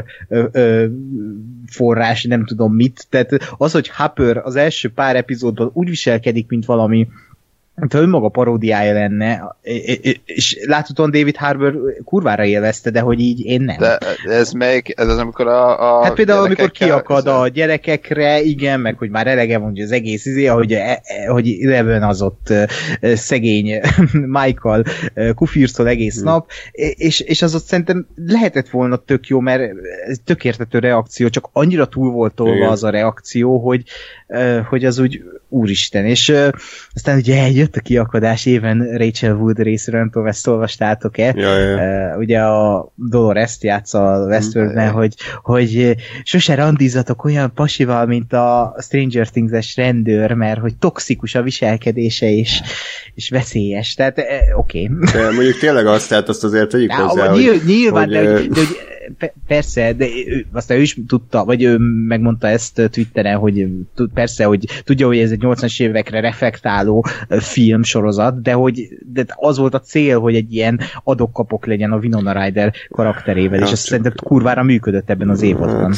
forrás, nem tudom mit. Tehát az, hogy Hopper az első pár epizódban úgy viselkedik, mint valami ha önmaga paródiája lenne, és láthatóan David Harbour kurvára élvezte, de hogy így én nem. De ez az, amikor hát például amikor kiakad a gyerekekre, igen, meg hogy már elege mondja az egész hogy Eleven az ott szegény Michael kufirszol egész nap, és az ott szerintem lehetett volna tök jó, mert tök értető reakció, csak annyira túl volt tolva az a reakció, hogy az úgy úristen, és aztán ugye jött a kiakadás éven Rachel Wood részéről, nem tudom, ezt olvastátok-e? Ugye a Dolores-t játsza a Westworldben, hogy sose randízatok olyan pasival, mint a Stranger Things-es rendőr, mert hogy toxikus a viselkedése és veszélyes. Tehát oké. De mondjuk tényleg tehát azt azért tegyük hozzá, nyilván, hogy persze, de aztán ő is tudta, vagy ő megmondta ezt Twitteren, hogy persze, hogy tudja, hogy ez egy 80-as évekre reflektáló filmsorozat, de az volt a cél, hogy egy ilyen adok-kapok legyen a Winona Ryder karakterével, és azt szerintem kurvára működött ebben az évadban.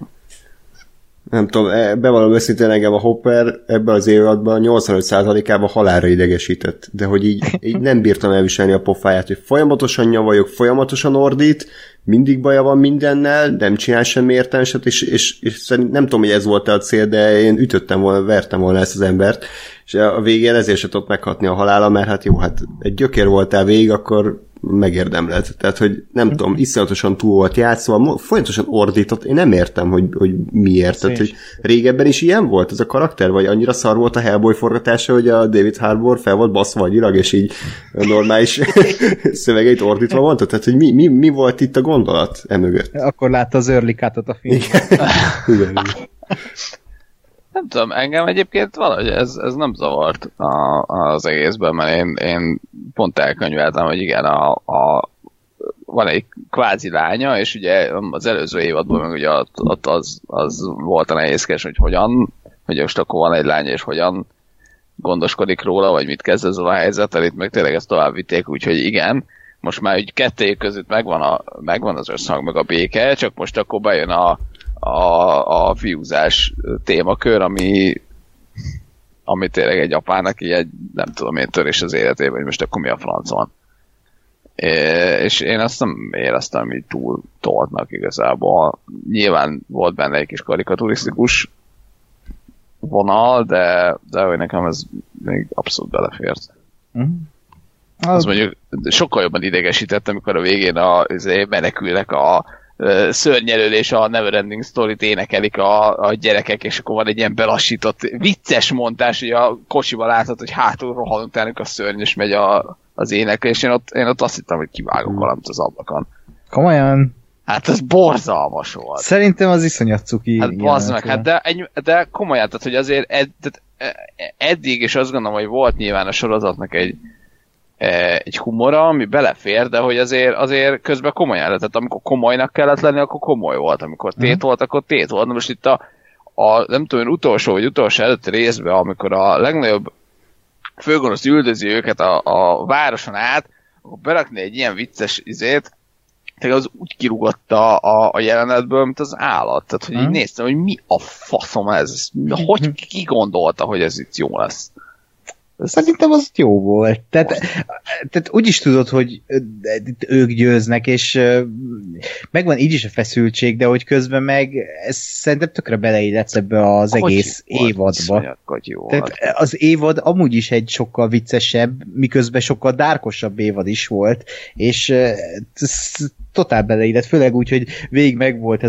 Nem tudom, bevallom őszintén, engem a Hopper ebben az évadban 85%-ában halálra idegesített, de hogy így nem bírtam elviselni a pofáját, hogy folyamatosan nyavajog, folyamatosan ordít, mindig baja van mindennel, nem csinál semmi értelmeset, és szerintem nem tudom, hogy ez volt a cél, de én ütöttem volna, vertem volna ezt az embert, és a végén ezért se tudott meghatni a halála, mert hát jó, hát egy gyökér voltál végig, akkor megérdemled. Tehát, hogy nem tudom, iszonyatosan túl volt játszva, folyamatosan ordított, én nem értem, hogy miért. Tehát, hogy régebben is ilyen volt ez a karakter, vagy annyira szar volt a Hellboy forgatása, hogy a David Harbour fel volt baszva agyilag, és így normális szövegeit ordítva mondta? Tehát, hogy mi volt itt a gondolat emögött? Akkor látta az Early-kátot a film. Igen. Nem tudom, engem egyébként valahogy ez nem zavart az egészben, mert én pont elkönyveltem, hogy igen, van egy kvázi lánya, és ugye az előző évadban meg ugye ott az volt a nehézkes, hogy most akkor van egy lánya, és hogyan gondoskodik róla, vagy mit kezd ezzel a helyzettel, itt meg tényleg ezt tovább vitték, úgyhogy igen, most már úgy kettő között megvan az összhang, meg a béke, csak most akkor bejön a fiúzás témakör, ami tényleg egy apának így egy, nem tudom én, törés az életében, hogy most akkor mi a franc van. És én azt nem éreztem így túl toltnak igazából. Nyilván volt benne egy kis karikaturisztikus vonal, de hogy nekem ez még abszolút belefért. Az mondjuk sokkal jobban idegesített, amikor a végén menekülnek a szörnyelőlés, a Neverending Story-t énekelik a gyerekek, és akkor van egy ilyen belassított vicces montás, hogy a kocsiba látod, hogy hátul rohan utánuk a szörny, és megy az éneklés, én ott azt hittem, hogy kivágok valamit az ablakon. Komolyan? Hát ez borzalmas volt. Szerintem az iszonyat cuki. Hát bazd meg, hát de komolyan, tehát hogy azért eddig, és azt gondolom, hogy volt nyilván a sorozatnak egy humora, ami belefér, de hogy azért közben komolyan lett. Tehát amikor komolynak kellett lenni, akkor komoly volt. Amikor tét volt, akkor tét volt. Na most itt a nem tudom, utolsó előtti részben, amikor a legnagyobb főgonosz üldözi őket a városon át, akkor berakni egy ilyen vicces izét, tehát az úgy kirúgatta a jelenetből, mint az állat. Tehát, hogy így néztem, hogy mi a faszom ez? Hogy ki gondolta, hogy ez itt jó lesz? Szerintem az jó volt. Tehát úgy is tudod, hogy ők győznek, és megvan így is a feszültség, de hogy közben meg ez szerintem tökre beleillett ebbe az egész évadba. Tehát az évad amúgy is egy sokkal viccesebb, miközben sokkal dárkosabb évad is volt, és totál beleillett, főleg úgy, hogy végig megvolt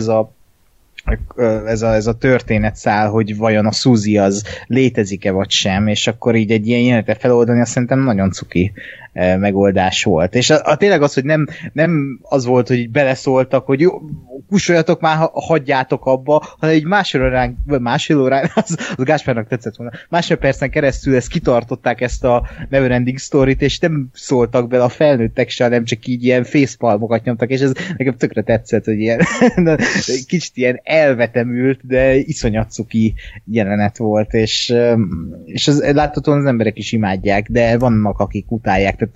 ez a történetszál, hogy vajon a Suzy az létezik-e vagy sem, és akkor így egy ilyen jelenetet feloldani, azt szerintem nagyon cuki megoldás volt. És tényleg az, hogy nem az volt, hogy így beleszóltak, hogy jó, kussoljatok már, hagyjátok abba, hanem egy másfél órán, az Gáspárnak tetszett volna, másfél percen keresztül ezt kitartották, ezt a Neverending Story-t, és nem szóltak bele a felnőttek se, nem csak így ilyen facepalmokat nyomtak, és ez nekem tökre tetszett, hogy ilyen kicsit ilyen elvetemült, de iszonyat cuki jelenet volt, és láthatóan az emberek is imádják, de vannak, akik utálják, tehát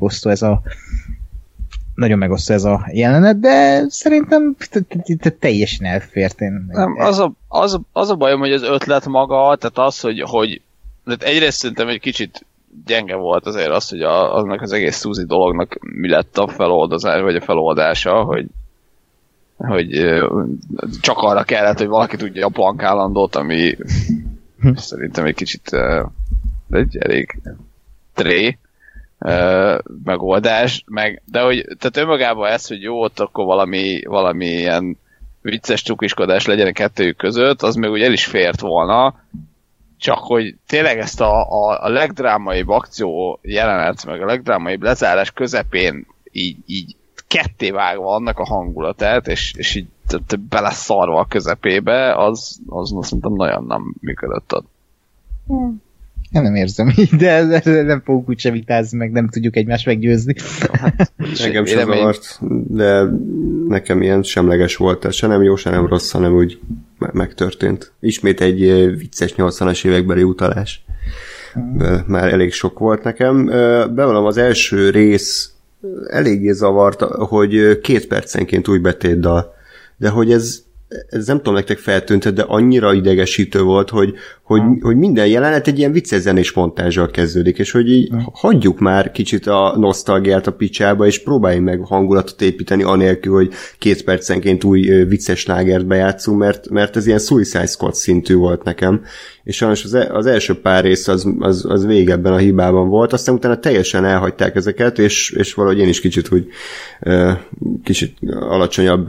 nagyon megosztó ez a jelenet, de szerintem teljesen elfért. Nem, az a bajom, hogy az ötlet maga, tehát az, hogy tehát egyrészt szerintem egy kicsit gyenge volt azért az, hogy annak az egész Suzy dolognak mi lett a feloldozás, vagy a feloldása, hogy csak arra kellett, hogy valaki tudja a bankállandót, ami szerintem egy kicsit egy elég tré megoldás, de hogy tehát önmagában ez, hogy jó, ott akkor valami ilyen vicces csukiskodás legyen a kettőjük között, az még úgy el is fért volna, csak hogy tényleg ezt a legdrámaibb akció jelenet, meg a legdrámaibb lezárás közepén így ketté vágva annak a hangulatát, és így beleszarva a közepébe, az szerintem nagyon nem működött ott. Én nem érzem így, de nem fogunk úgyse vitázni, meg nem tudjuk egymást meggyőzni. Engem sem zavart, de nekem ilyen semleges volt, tehát se nem jó, se nem rossz, hanem úgy megtörtént. Ismét egy vicces 80-as évekbeli utalás. Már elég sok volt nekem. Bevallom, az első rész eléggé zavart, hogy 2 percenként új betétdal, de hogy ez ez nem tudom, nektek feltűnt, de annyira idegesítő volt, hogy minden jelenet egy ilyen vicces zenés montázsal kezdődik, és hogy így hagyjuk már kicsit a nosztalgiát a picsába, és próbáljunk meg hangulatot építeni anélkül, hogy 2 percenként új vicces slágert bejátszunk, mert ez ilyen Suicide Squad szintű volt nekem, és sajnos az első pár rész az végebben a hibában volt, aztán utána teljesen elhagyták ezeket, és valahogy én is kicsit úgy kicsit alacsonyabb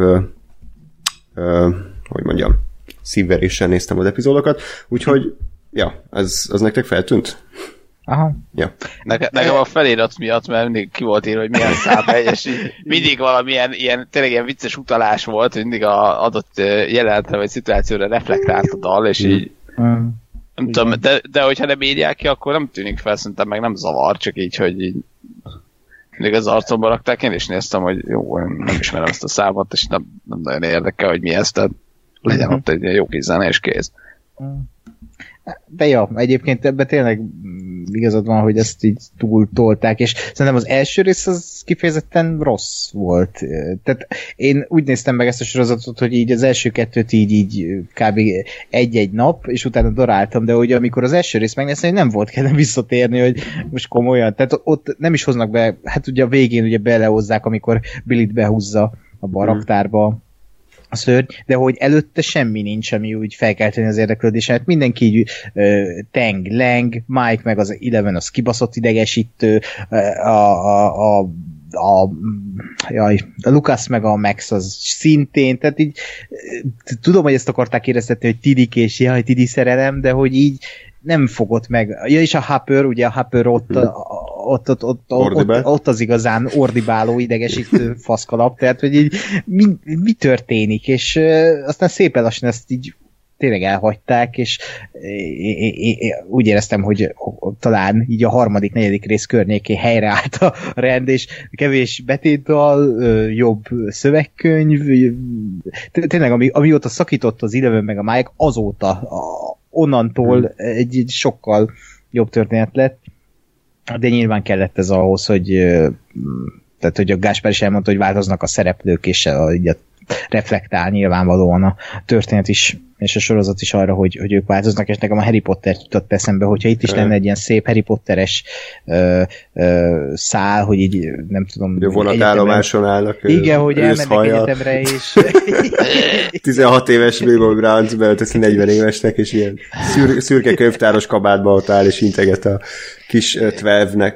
hogy mondjam, szívveréssel néztem az epizódokat, úgyhogy ja, az nektek feltűnt? Aha. Ja. Nekem a felirat miatt, mert mindig ki volt írva, hogy milyen számhelyes, mindig valamilyen tényleg ilyen vicces utalás volt, hogy mindig a adott jelenetre vagy szituációra reflektált a dal, és így nem tudom, de hogyha nem írják ki, akkor nem tűnik fel, szerintem meg nem zavar, csak így, hogy így mindig az arcomba rakták, én is néztem, hogy jó, nem ismerem ezt a számot, és nem nagyon érdekel, hogy mi ez, tehát legyen ott egy jó kis zene, és kész. De ja, egyébként ebben tényleg igazad van, hogy ezt így túl tolták, és szerintem az első rész az kifejezetten rossz volt. Tehát én úgy néztem meg ezt a sorozatot, hogy így az első 2-t így kb. Egy-egy nap, és utána daráltam, de hogy amikor az első rész megnéztem, nem volt kellene visszatérni, hogy most komolyan. Tehát ott nem is hoznak be, hát ugye a végén ugye belehozzák, amikor Billit behúzza a raktárba a szörny, de hogy előtte semmi nincs, ami úgy felkelteni az érdeklődéset. Mindenki így Tang, Lang, Mike meg az Eleven az kibaszott idegesítő, a Lucas meg a Max az szintén, tehát így tudom, hogy ezt akarták éreztetni, hogy Tidik és jaj, Tidi szerelem, de hogy így nem fogott meg. Ja, és a Hopper, ugye a Hopper ott az igazán ordibáló, idegesítő faszkalap, tehát hogy így mi történik, és aztán szépen lassan ezt így tényleg elhagyták, és úgy éreztem, hogy talán így a 3.-4. rész környékén helyreállt a rend, és kevés betétdal, jobb szövegkönyv, tényleg amióta szakított az Eleven meg a Mike, azóta onnantól egy sokkal jobb történet lett, de nyilván kellett ez ahhoz, hogy tehát, hogy a Gáspár is elmondta, hogy változnak a szereplők, és reflektál nyilvánvalóan a történet is, és a sorozat is arra, hogy ők változnak, és nekem a Harry Potter jutott eszembe, hogyha itt is lenne egy ilyen szép Harry Potteres szál, hogy így nem tudom... Ugye vonatállomáson állnak. Igen, hogy elmennek egyetemre, és... 16 éves Bilbo Baggins beöltözi 40 évesnek, és ilyen szürke könyvtáros kabátba ott áll, és integet a kis 12-nek.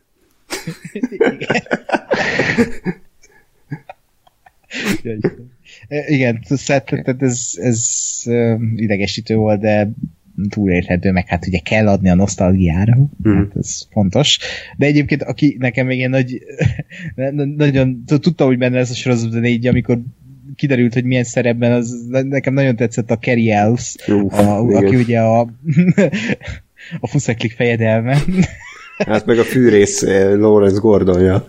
Igen, tehát ez idegesítő volt, de túlélhető, meg hát ugye kell adni a nosztalgiára, hát ez fontos. De egyébként, aki nekem még ilyen nagyon tudtam, hogy benne lesz a sorozat, de így amikor kiderült, hogy milyen szerepben, az nekem nagyon tetszett a Carrie Elves, aki ugye a fuszeklik fejedelme. Hát meg a fűrész Lawrence Gordonja.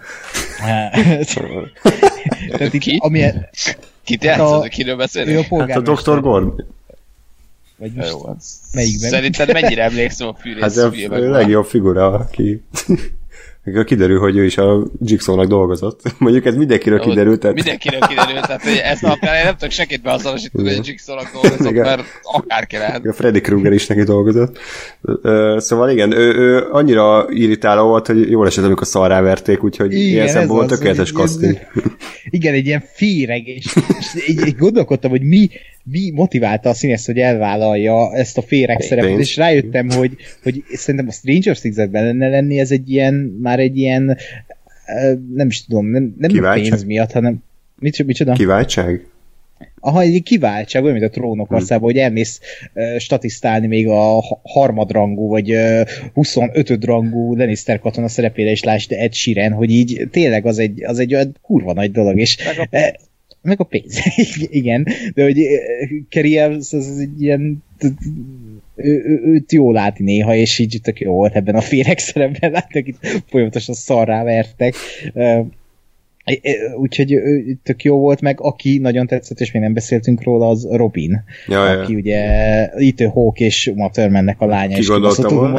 Tehát itt, amilyen... Kit játszol? Kiről beszélünk? Hát a Dr. Gordon. Vagy most melyikben? Szerinted mennyire emlékszem a fűrész? Hát a legjobb figura, aki... Kiderül, hogy ő is a Jigsaw-nak dolgozott. Mondjuk ez mindenkiről kiderült. Tehát... Mindenkiről kiderült, tehát ez alapján én nem tudok senkit beazonosítani, hogy a Jigsaw-nak dolgozott, mert akárki lehet. A Freddy Krueger is neki dolgozott. Szóval igen, ő annyira irritáló volt, hogy jól esett, amikor szarráverték, úgyhogy ilyen szemben volt tökéletes casting. Igen, egy ilyen féreg, és így gondolkodtam, hogy mi motiválta a színész, hogy elvállalja ezt a féreg szerepet, és rájöttem, hogy szerintem a Stranger Things-ben lenne lenni, ez egy ilyen, már egy ilyen, nem is tudom, nem pénz miatt, hanem micsoda? Kiváltság? Aha, egy kiváltság, olyan, mint a Trónok országban, hogy elmész statisztálni még a harmadrangú, vagy 25. rangú Lannister katona szerepére is lásd Ed Sheeran, hogy így tényleg az egy olyan kurva nagy dolog, és meg a pénz. Igen, de hogy Carrie Elves az egy ilyen őt jól látni néha, és így tök jó volt ebben a féreg szerepben, láttak itt folyamatosan szarrá vertek. Úgyhogy tök jó volt, meg aki nagyon tetszett, és még nem beszéltünk róla, az Robin. Aki ugye Ethan Hawke és Uma Thurmannek a lánya. Ki gondoltam volna?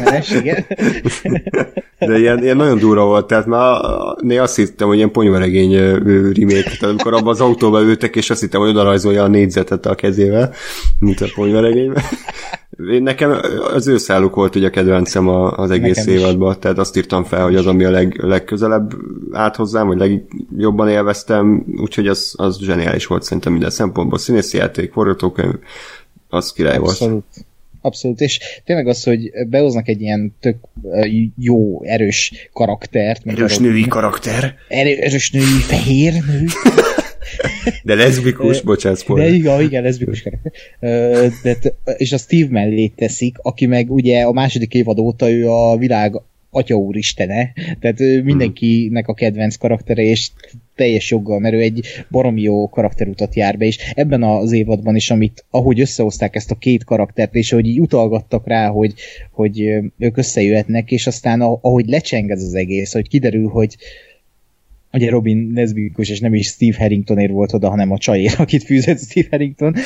De ilyen nagyon durva volt, tehát már én azt hittem, hogy ilyen ponyvaregény remake, tehát amikor abban az autóba ültek, és azt hittem, hogy oda rajzolja a négyzetet a kezével, mint a ponyvaregényben. Nekem az ő száluk volt ugye a kedvencem az egész évadban, tehát azt írtam fel, hogy az, ami a legközelebb állt hozzám, vagy legjobban élveztem, úgyhogy az zseniális volt szerintem minden szempontból. Színészi játék, forgatókönyv, az király volt. Abszolút, és tényleg az, hogy behoznak egy ilyen tök jó, erős karaktert. Erős női karakter. Erős női, fehér nő. De leszbikus, bocsánat, spoiler. De igen, leszbikus karakter. És a Steve mellé teszik, aki meg ugye a második évad óta ő a világ atya úristene, tehát mindenkinek a kedvenc karaktere, és teljes joggal, mert ő egy baromi jó karakterutat jár be, és ebben az évadban is, ahogy összehozták ezt a két karaktert, és ahogy így utalgattak rá, hogy ők összejöhetnek, és aztán ahogy lecseng ez az egész, hogy kiderül, hogy ugye Robin leszbikus, és nem is Steve Harringtonért volt oda, hanem a csajért, akit fűzött Steve Harrington,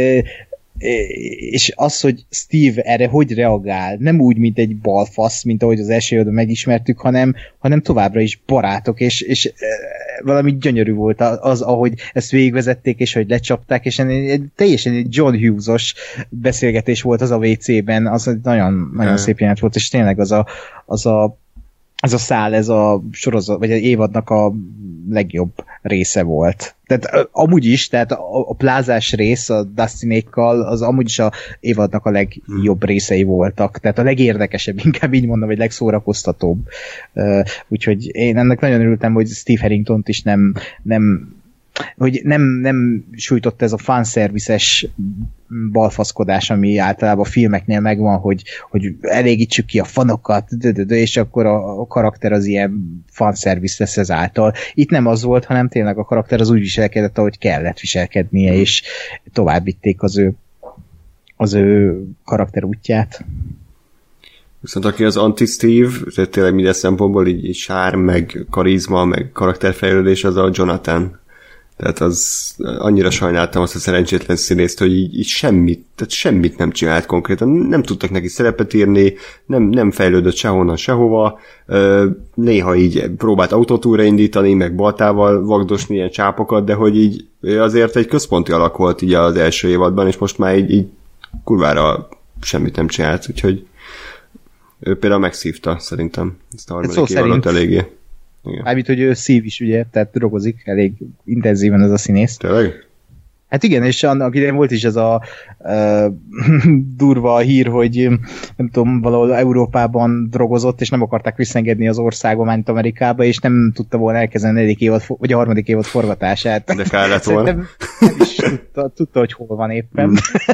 és az, hogy Steve erre hogy reagál, nem úgy, mint egy balfasz, mint ahogy az első évadban megismertük, hanem továbbra is barátok, és valami gyönyörű volt az, ahogy ezt végigvezették, és hogy lecsapták, és teljesen egy John Hughes-os beszélgetés volt az a WC-ben, az nagyon, nagyon szép jelent volt, és tényleg az a szál, ez a sorozat, vagy az évadnak a legjobb része volt. Tehát amúgy is, tehát a plázás rész a Dustinékkal, az amúgy is a évadnak a legjobb részei voltak. Tehát a legérdekesebb, inkább így mondom, vagy legszórakoztatóbb. Úgyhogy én ennek nagyon örültem, hogy Steve Harringtont is nem sújtott ez a fanszerviszes balfaszkodás, ami általában a filmeknél megvan, hogy elégítsük ki a fanokat, és akkor a karakter az ilyen fanszervisz lesz ezáltal. Itt nem az volt, hanem tényleg a karakter az úgy viselkedett, ahogy kellett viselkednie, és továbbvitték az ő karakter útját. Viszont aki az anti-Steve, tehát tényleg minden szempontból így sárm, meg karizma, meg karakterfejlődés, az a Jonathan. Tehát az annyira sajnáltam azt a szerencsétlen színészt, hogy így semmit nem csinált konkrétan. Nem tudtak neki szerepet írni, nem fejlődött sehonnan sehova, néha így próbált autót újraindítani, meg baltával vagdosni ilyen csápokat, de hogy így azért egy központi alak volt így az első évadban, és most már így kurvára semmit nem csinált, úgyhogy ő például megszívta szerintem ezt a harmadik évadot eléggé. Mármint, hogy ő szív is, ugye, tehát drogozik elég intenzíven ez a színész. Tényleg? Hát igen, és annak idején volt is ez a durva hír, hogy nem tudom, valahol Európában drogozott, és nem akarták visszaengedni az országba, mint Amerikába, és nem tudta volna elkezdeni a negyedik évad, vagy a harmadik évad forgatását. De kár lett volna. Nem is tudta, hogy hol van éppen.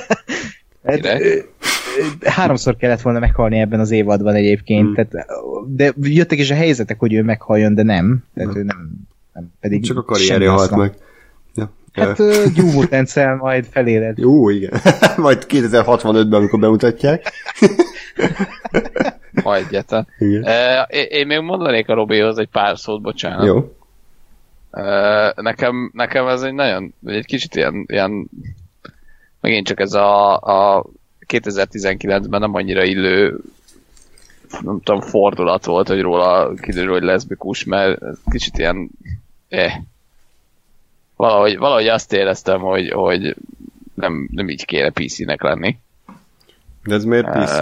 Háromszor kellett volna meghalni ebben az évadban egyébként, tehát, de jöttek is a helyzetek, hogy ő meghalljon, de nem. Tehát ő nem pedig csak a karrierje halt meg. Ja. Hát gyúmutenszel majd feléled. Jó, igen. Majd 2065-ben, amikor bemutatják. Hagyját. Én még mondanék a Robihoz egy pár szót, bocsánat. Jó. Nekem ez egy kicsit ilyen megint csak ez a 2019-ben nem annyira illő, nem tudom, fordulat volt, hogy róla kiderül, hogy leszbikus, mert kicsit ilyen valahogy azt éreztem, hogy nem így kéne PC-nek lenni. De ez miért PC?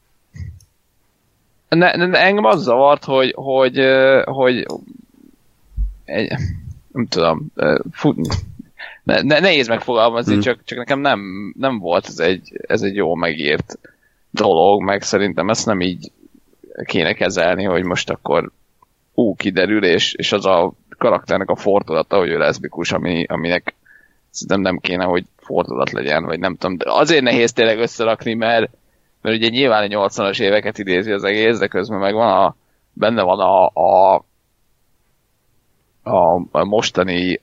Engem az zavart, hogy nem tudom, nehéz megfogalmazni, csak nekem nem volt ez egy jó megírt dolog, meg szerintem ezt nem így kéne kezelni, hogy most akkor kiderül, és az a karakternek a fordulata, hogy ő leszbikus, aminek szerintem nem kéne, hogy fordulat legyen, vagy nem tudom. De azért nehéz tényleg összerakni, mert ugye nyilván a 80-as éveket idézi az egész, de közben meg benne van a mostani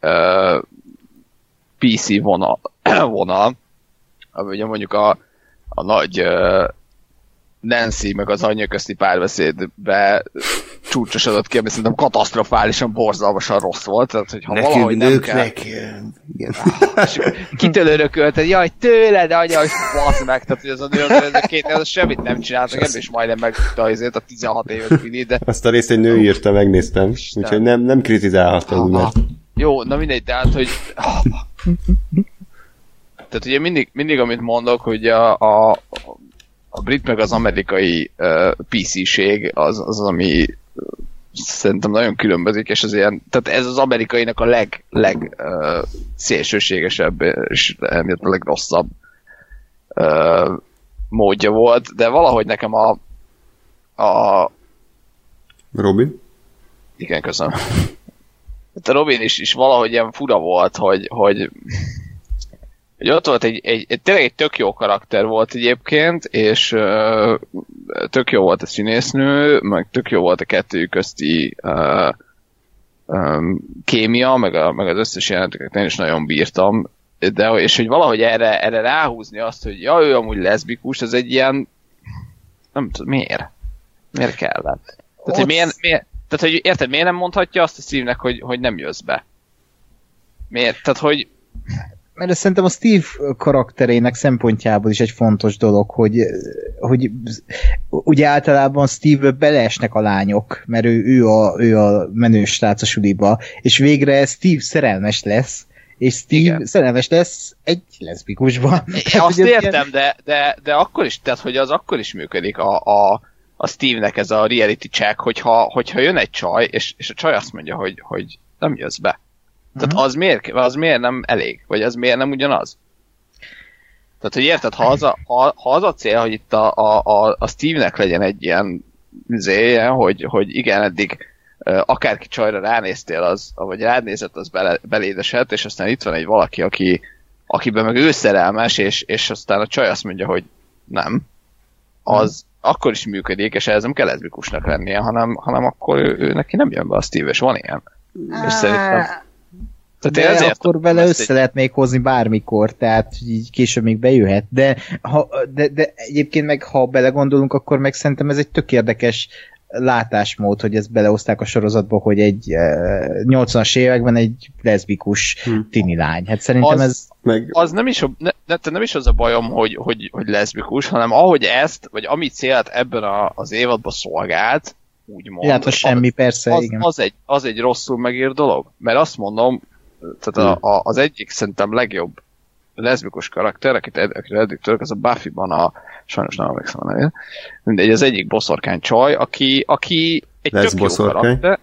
PC vonal, ami ugye mondjuk a nagy Nancy meg az anyja közti párbeszédbe csúcsosodott ki, ami szerintem katasztrofálisan, borzalmasan rossz volt, tehát hogyha nekünk, valahogy nem kell... Kitől örökölt, hogy jaj, tőled, anya, hogy fasz meg, tehát hogy az a nő, az két az semmit nem csináltak, ebből is majdnem megtudta azért a 16 éves Billy, de... Azt a részt egy nő írta, megnéztem, úgyhogy nem kritizálhatom, mert... Jó, na mindegy, tehát, hogy... Tehát ugye mindig amit mondok, hogy a brit meg az amerikai PC-ség az, ami szerintem nagyon különbözik, és az ilyen, tehát ez az amerikainak a leg szélsőségesebb és emiatt a legrosszabb módja volt, de valahogy nekem a Robin? Igen, köszönöm. A Robin is valahogy ilyen fura volt, hogy ott volt tényleg egy tök jó karakter volt egyébként, és tök jó volt a színésznő, meg tök jó volt a kettőjük közti kémia, meg az összes jeleneteket én is nagyon bírtam, és hogy valahogy erre ráhúzni azt, hogy ja, ő amúgy leszbikus, ez egy ilyen, nem tudom, miért? Miért kellett? Tehát, hogy miért, tehát, hogy érted, miért nem mondhatja azt a Steve-nek, hogy nem jössz be? Miért? Tehát, hogy mert ez szerintem a Steve karakterének szempontjából is egy fontos dolog, hogy ugye általában Steve-ből beleesnek a lányok, mert ő a menő srác a suliba, és végre Steve szerelmes lesz, és Steve igen. szerelmes lesz egy leszbikusban. Azt értem, de akkor is, tehát hogy az akkor is működik a Steve-nek ez a reality check, hogyha jön egy csaj, és a csaj azt mondja, hogy nem jössz be. Tehát az miért nem elég? Vagy az miért nem ugyanaz? Tehát, hogy érted, ha az a cél, hogy itt a Steve-nek legyen egy ilyen zéje, hogy igen, eddig akárki csajra ránéztél, vagy ránézett, az belédesett, és aztán itt van egy valaki, akiben meg ő szerelmes, és aztán a csaj azt mondja, hogy nem, az akkor is működik, és ehhez nem kell leszbikusnak lennie, hanem akkor ő neki nem jön be a Steve, és van ilyen. És szerintem de akkor vele össze lehet még hozni bármikor, tehát így később még bejöhet, de egyébként meg ha belegondolunk, akkor meg szerintem ez egy tök érdekes látásmód, hogy ezt belehozták a sorozatba, hogy egy 80-as években egy leszbikus tini lány. Hát szerintem az nem is az a bajom, hogy leszbikus, hanem ahogy ezt, vagy amit célt ebben az évadban szolgált, úgymond. Hát, semmi, persze, igen. Az egy rosszul megírt dolog. Mert azt mondom, tehát az egyik szerintem legjobb leszbikus karakter, akit eddig tudok, az a Buffy-ban sajnos nem emlékszem a nevén, mindegy, az egyik boszorkány csaj, aki egy lesz tök jó karakter.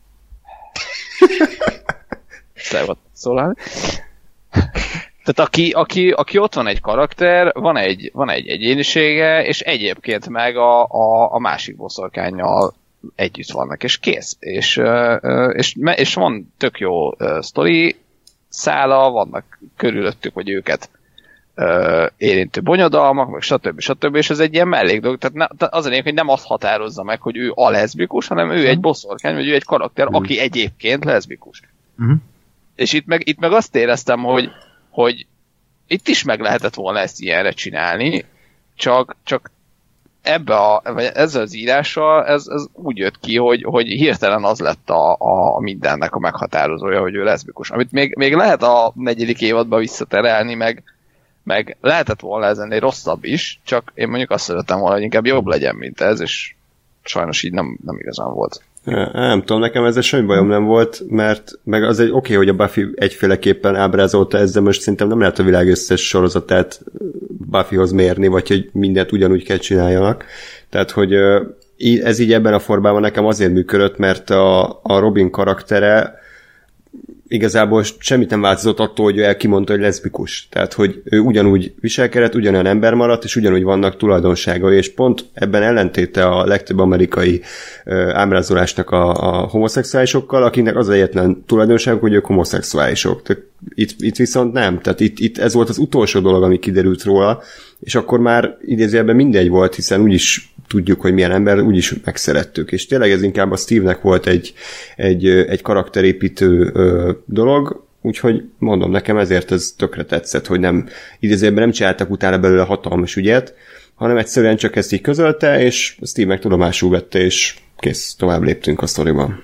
Szabad szólálni. Tehát aki ott van egy karakter, van egy egyénisége, és egyébként meg a másik boszorkánnyal együtt vannak, és kész. És van tök jó sztori szála, vannak körülöttük, vagy őket érintő bonyodalmak, meg stb. És ez egy ilyen mellék dolog. Tehát az a lényeg, hogy nem azt határozza meg, hogy ő a leszbikus, hanem ő egy boszorkány, vagy ő egy karakter, aki egyébként leszbikus. És itt meg azt éreztem, hogy itt is meg lehetett volna ezt ilyenre csinálni, csak vagy ezzel az írással ez úgy jött ki, hogy hirtelen az lett a mindennek a meghatározója, hogy ő leszbikus. Amit még lehet a 4. évadban visszaterelni, meg lehetett volna ez ennél rosszabb is, csak én mondjuk azt szeretem volna, hogy inkább jobb legyen, mint ez, és sajnos így nem igazán volt. Nem tudom, nekem ezzel semmi bajom nem volt, mert meg az egy oké, hogy a Buffy egyféleképpen ábrázolta ezzel, most szerintem nem lehet a világ összes sorozatát Buffyhoz mérni, vagy hogy mindent ugyanúgy kell csináljanak. Tehát, hogy ez így ebben a formában nekem azért működött, mert a Robin karaktere igazából semmit nem változott attól, hogy ő kimondta, hogy leszbikus. Tehát, hogy ő ugyanúgy viselkedett, ugyanolyan ember maradt, és ugyanúgy vannak tulajdonságai, és pont ebben ellentéte a legtöbb amerikai ábrázolásnak a homoszexuálisokkal, akinek az egyetlen tulajdonságuk, hogy ők homoszexuálisok. Tehát itt viszont nem. Tehát itt ez volt az utolsó dolog, ami kiderült róla, és akkor már idézőjelben mindegy volt, hiszen úgyis tudjuk, hogy milyen ember, úgyis megszerettük. És tényleg ez inkább a Steve-nek volt egy karakterépítő dolog, úgyhogy mondom, nekem ezért ez tökre tetszett, hogy nem idézőjelben nem csináltak utána belőle hatalmas ügyet, hanem egyszerűen csak ezt így közölte, és Steve meg tudomásul vette, és kész, tovább léptünk a sztoriban.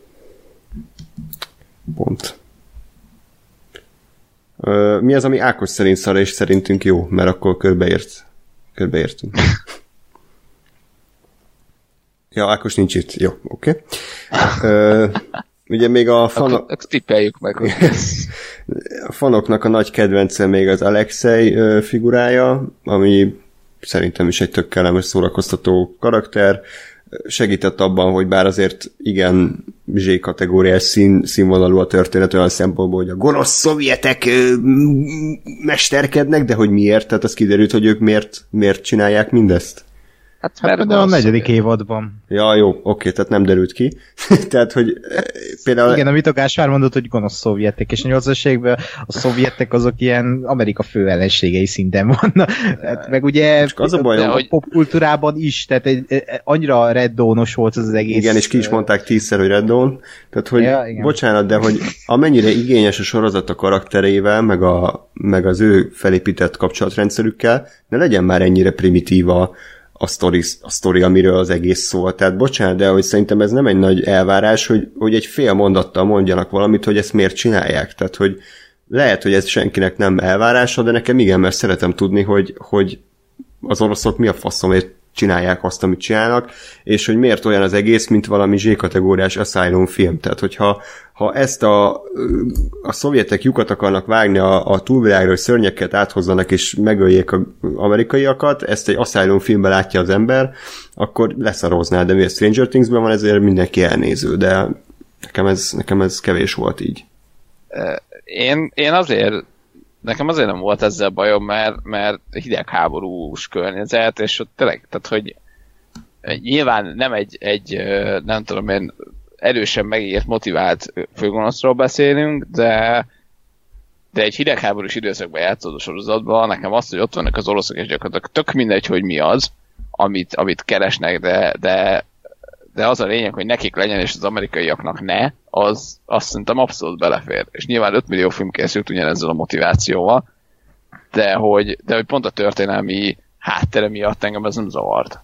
Pont. Mi az, ami Ákos szerint szar, és szerintünk jó? Mert akkor körbeértünk. Ja, Ákos nincs itt. Jó, oké. Ugye még a fanok... Tippeljük meg, hogy a fanoknak a nagy kedvence még az Alexei figurája, ami szerintem is egy tök kellemes szórakoztató karakter. Segített abban, hogy bár azért igen Z-kategóriás színvonalú a történet olyan szempontból, hogy a gonosz szovjetek mesterkednek, de hogy miért? Tehát az kiderült, hogy ők miért csinálják mindezt? Hát de a 4. évadban. Ja, jó, oké, tehát nem derült ki. Tehát, hogy például... Igen, amit a Gáspár mondott, hogy gonosz szovjetek, és a 80-as években a szovjetek azok ilyen Amerika fő ellenségei szinten vannak. Hát, meg ugye az a baj, a popkultúrában is, tehát annyira Red Dawn-os volt az egész. Igen, és ki is mondták 10-szer, hogy Red Dawn. Tehát, hogy bocsánat, de hogy amennyire igényes a sorozat a karakterével, meg az ő felépített kapcsolatrendszerükkel, ne legyen már ennyire primitív a sztori, amiről az egész szól. Tehát bocsánat, de hogy szerintem ez nem egy nagy elvárás, hogy egy fél mondattal mondjanak valamit, hogy ezt miért csinálják. Tehát, hogy lehet, hogy ez senkinek nem elvárása, de nekem igen, mert szeretem tudni, hogy az oroszok mi a faszomért csinálják azt, amit csinálnak, és hogy miért olyan az egész, mint valami Z-kategóriás Asylum film. Tehát, hogyha ezt a szovjetek lyukat akarnak vágni a túlvilágról, hogy szörnyeket áthozzanak és megöljék az amerikaiakat, ezt egy Asylum filmben látja az ember, akkor leszarózná, de mi a Stranger Thingsben van, ezért mindenki elnéző, de nekem ez kevés volt így. Nekem azért nem volt ezzel bajom, mert hidegháborús környezet, és ott tényleg, tehát hogy nyilván nem egy nem tudom én, erősen megírt, motivált főgonoszról beszélünk, de egy hidegháborús időszakban játszódó sorozatban nekem azt, hogy ott vannak az oroszok, és gyakorlatilag tök mindegy, hogy mi az, amit keresnek, de az a lényeg, hogy nekik legyen, és az amerikaiaknak ne, azt szerintem abszolút belefér. És nyilván 5 millió film készült ugyanezzel a motivációval, de hogy pont a történelmi háttere miatt engem ez nem zavart.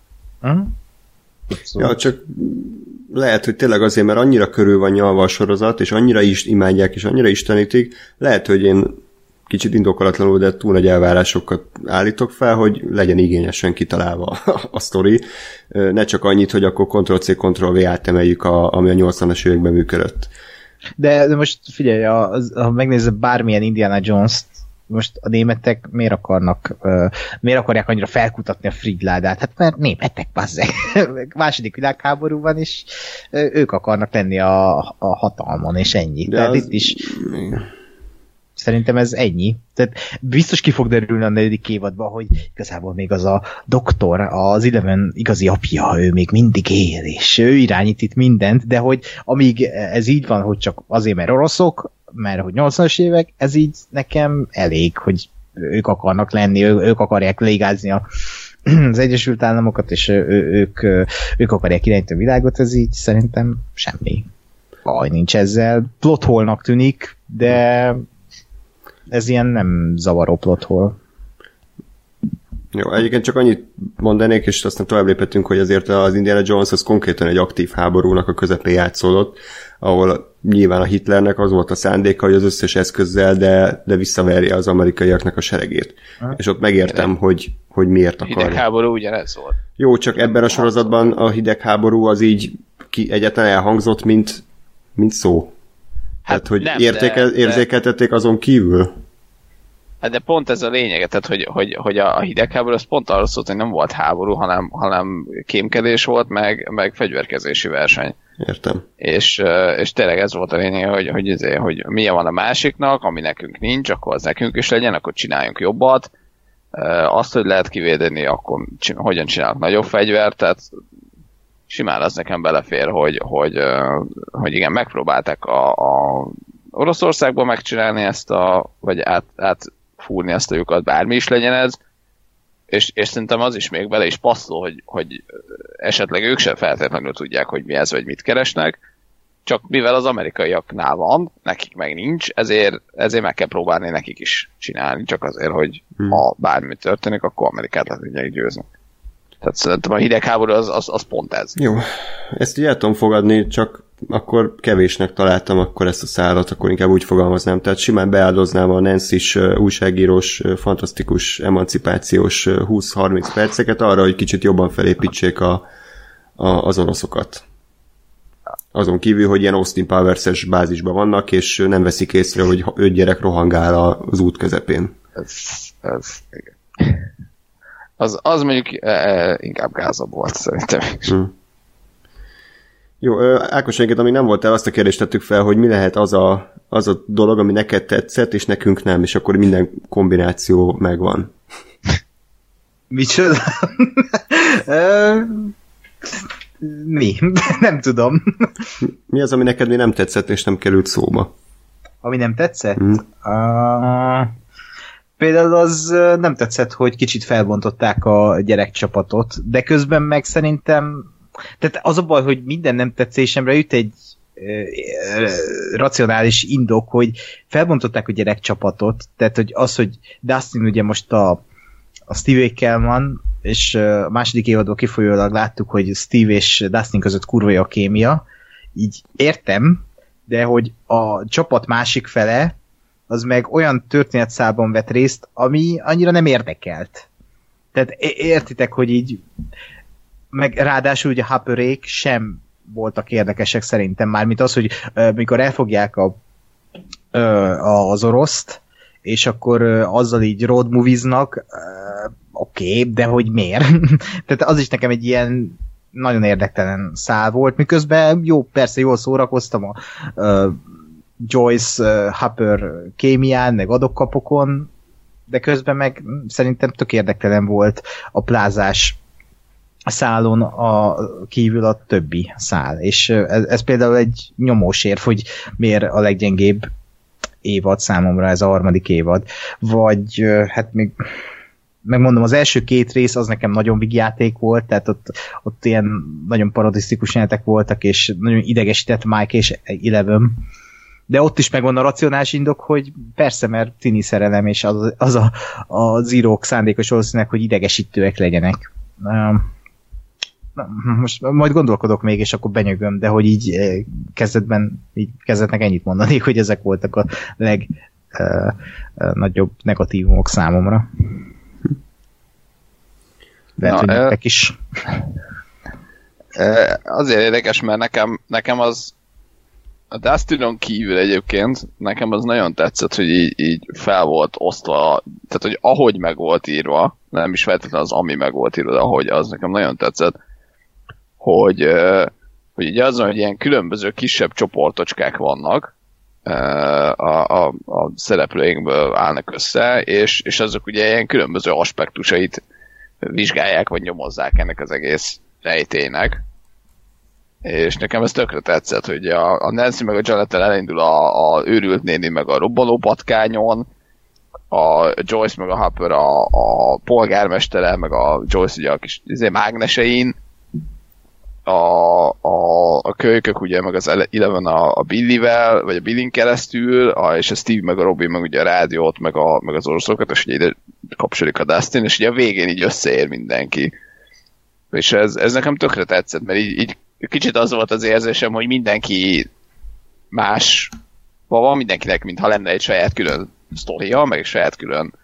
Ja, csak lehet, hogy tényleg azért, mert annyira körül van nyalva a sorozat, és annyira is imádják, és annyira istenítik, lehet, hogy én kicsit indokolatlanul, de túl nagy elvárásokat állítok fel, hogy legyen igényesen kitalálva a sztori. Ne csak annyit, hogy akkor Ctrl-C, Ctrl-V átemeljük, ami a 80-as években működött. De most figyelj, ha megnézed bármilyen Indiana Jones-t, most a németek miért akarják annyira felkutatni a Fridládát? Hát mert németek, bazzeg. Második világháborúban is ők akarnak lenni a hatalmon, és ennyi. De tehát itt is... Szerintem ez ennyi. Tehát biztos ki fog derülni a 4. évadban, hogy igazából még az a doktor, az Eleven igazi apja, ő még mindig él, és ő irányít itt mindent, de hogy amíg ez így van, hogy csak azért, mert oroszok, mert hogy 80-as évek, ez így nekem elég, hogy ők akarnak lenni, ők akarják légázni az Egyesült Államokat, és ők akarják irányítani a világot, ez így szerintem semmi baj nincs ezzel. Plothole-nak tűnik, de ez ilyen nem zavaró plothole. Jó, egyébként csak annyit mondanék, és aztán tovább léphetünk, hogy azért az Indiana Jones az konkrétan egy aktív háborúnak a közepén játszódott, ahol nyilván a Hitlernek az volt a szándéka, hogy az összes eszközzel, de visszaverje az amerikaiaknak a seregét. És ott megértem, hogy miért akarja. A hidegháború ugyanez volt. Jó, csak ebben a sorozatban a hidegháború az így egyáltalán elhangzott, mint szó. Hát tehát, hogy érzékeltették azon kívül? Hát de pont ez a lényege, tehát hogy a hidegháború az pont arról szólt, hogy nem volt háború, hanem kémkedés volt, meg fegyverkezési verseny. Értem. És tényleg ez volt a lényege, hogy milyen van a másiknak, ami nekünk nincs, akkor az nekünk is legyen, akkor csináljunk jobbat. Azt, hogy lehet kivédeni, akkor hogyan csinálnak nagyobb fegyvert, tehát simán az nekem belefér, hogy igen, megpróbálták a Oroszországban megcsinálni ezt vagy átfúrni ezt a lyukat, bármi is legyen ez, és szerintem az is még bele is passzol, hogy esetleg ők sem feltétlenül tudják, hogy mi ez, vagy mit keresnek, csak mivel az amerikaiaknál van, nekik meg nincs, ezért meg kell próbálni nekik is csinálni, csak azért, hogy ha bármi történik, akkor Amerikát le tudják győzni. Tehát szerintem a hidegháború az pont ez. Jó, ezt így el tudom fogadni, csak akkor kevésnek találtam akkor ezt a szálat, akkor inkább úgy fogalmaznám. Tehát simán beáldoznám a Nancy-s újságírós, fantasztikus, emancipációs 20-30 perceket arra, hogy kicsit jobban felépítsék az oroszokat. Azon kívül, hogy ilyen Austin Powers-es bázisban vannak, és nem veszik észre, hogy 5 gyerek rohangál az út közepén. Igen. Az mondjuk inkább gázabb volt szerintem. Jó, Ákos, egyébként, ami nem volt el, azt a kérdést tettük fel, hogy mi lehet az a dolog, ami neked tetszett, és nekünk nem, és akkor minden kombináció megvan. Micsoda? Mi? Nem tudom. Mi az, ami neked mi nem tetszett, és nem került szóba? Ami nem tetszett? Például az nem tetszett, hogy kicsit felbontották a gyerekcsapatot, de közben meg szerintem, tehát az a baj, hogy minden nem tetszésemre jut egy racionális indok, hogy felbontották a gyerekcsapatot, tehát hogy az, hogy Dustin ugye most a Steve-ékkel van, és a második évadban kifolyólag láttuk, hogy Steve és Dustin között kurva jó a kémia, így értem, de hogy a csapat másik fele az meg olyan történetszálban vett részt, ami annyira nem érdekelt. Tehát értitek, hogy így meg ráadásul ugye a Hopperék sem voltak érdekesek szerintem, mármint az, hogy mikor elfogják az oroszt, és akkor azzal így road moviesnak, oké, de hogy miért? Tehát az is nekem egy ilyen nagyon érdektelen szál volt, miközben jó, persze jól szórakoztam a Joyce Hopper kémián, meg adokkapokon, de közben meg szerintem tök érdektelen volt a plázás szálon a kívül a többi szál, és ez például egy nyomós érv, hogy miért a leggyengébb évad számomra ez a harmadik évad, vagy hát még megmondom, az első 2 rész az nekem nagyon vígjáték volt, tehát ott ilyen nagyon parodisztikus jelenetek voltak, és nagyon idegesített Mike és Eleven, de ott is megvan a racionális indok, hogy persze, mert tini szerelem, és az a zírók szándékos valószínűleg, hogy idegesítőek legyenek. Most majd gondolkodok még, és akkor benyögöm, de hogy így kezdetnek ennyit mondani, hogy ezek voltak a legnagyobb negatívumok számomra. Lehet, hogy nektek is. Azért érdekes, mert nekem az a Dustinon kívül egyébként nekem az nagyon tetszett, hogy így fel volt osztva, tehát hogy ahogy meg volt írva, nem is feltétlenül az ami meg volt írva, de ahogy az nekem nagyon tetszett, hogy ugye az, hogy ilyen különböző kisebb csoportocskák vannak, a szereplőinkből állnak össze, és azok ugye ilyen különböző aspektusait vizsgálják, vagy nyomozzák ennek az egész rejtélynek. És nekem ez tökre tetszett, hogy a Nancy meg a Janet elindul a őrült néni meg a robbanó patkányon, a Joyce meg a Hopper a polgármestere, meg a Joyce ugye a kis mágnesein, a kölykök ugye meg az Eleven a Billyvel, vagy a Billyn keresztül, és a Steve meg a Robin meg ugye a rádiót, meg az oroszokat, és ugye ide kapcsoljuk a Dustin, és ugye a végén így összeér mindenki. És ez nekem tökre tetszett, mert így kicsit az volt az érzésem, hogy mindenki más van, mindenkinek mintha lenne egy saját külön sztoria, meg egy saját külön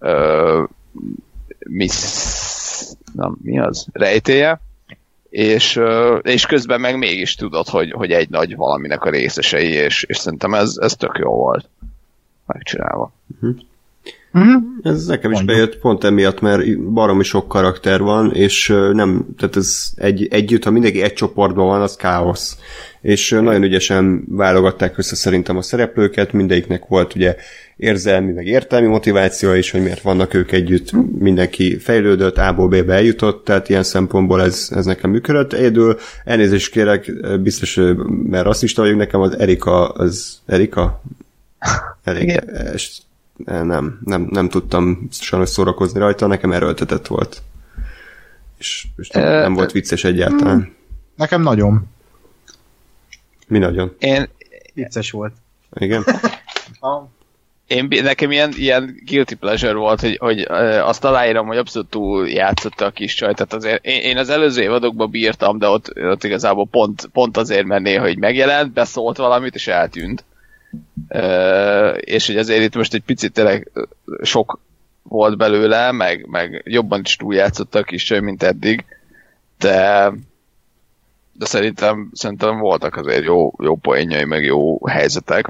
rejtélye, és közben meg mégis tudod, hogy egy nagy valaminek a részesei, és szerintem ez tök jó volt megcsinálva. Ez nekem is bejött pont emiatt, mert baromi sok karakter van, és nem, tehát ez együtt, ha mindenki egy csoportban van, az káosz. És nagyon ügyesen válogatták össze szerintem a szereplőket, mindegyiknek volt ugye érzelmi, meg értelmi motiváció is, hogy miért vannak ők együtt, mindenki fejlődött, A-ból B-be eljutott, tehát ilyen szempontból ez nekem működött. Egyedül elnézést kérek, biztos, mert rasszista vagyok, nekem az Erika? Elég, nem tudtam sajnos szórakozni rajta, nekem erőltetett volt. És nem volt vicces egyáltalán. Nekem nagyon. Mi nagyon? Vicces volt. Igen? Nekem ilyen guilty pleasure volt, hogy azt aláírom, hogy abszolút túl játszotta a kis csaj. Tehát azért én az előző évadokban bírtam, de ott igazából pont azért, mert néha, hogy megjelent, beszólt valamit, és eltűnt. És hogy azért itt most egy picit tényleg sok volt belőle, meg jobban is túl játszotta a kis csaj, mint eddig. De szerintem voltak azért jó poénjai, meg jó helyzetek.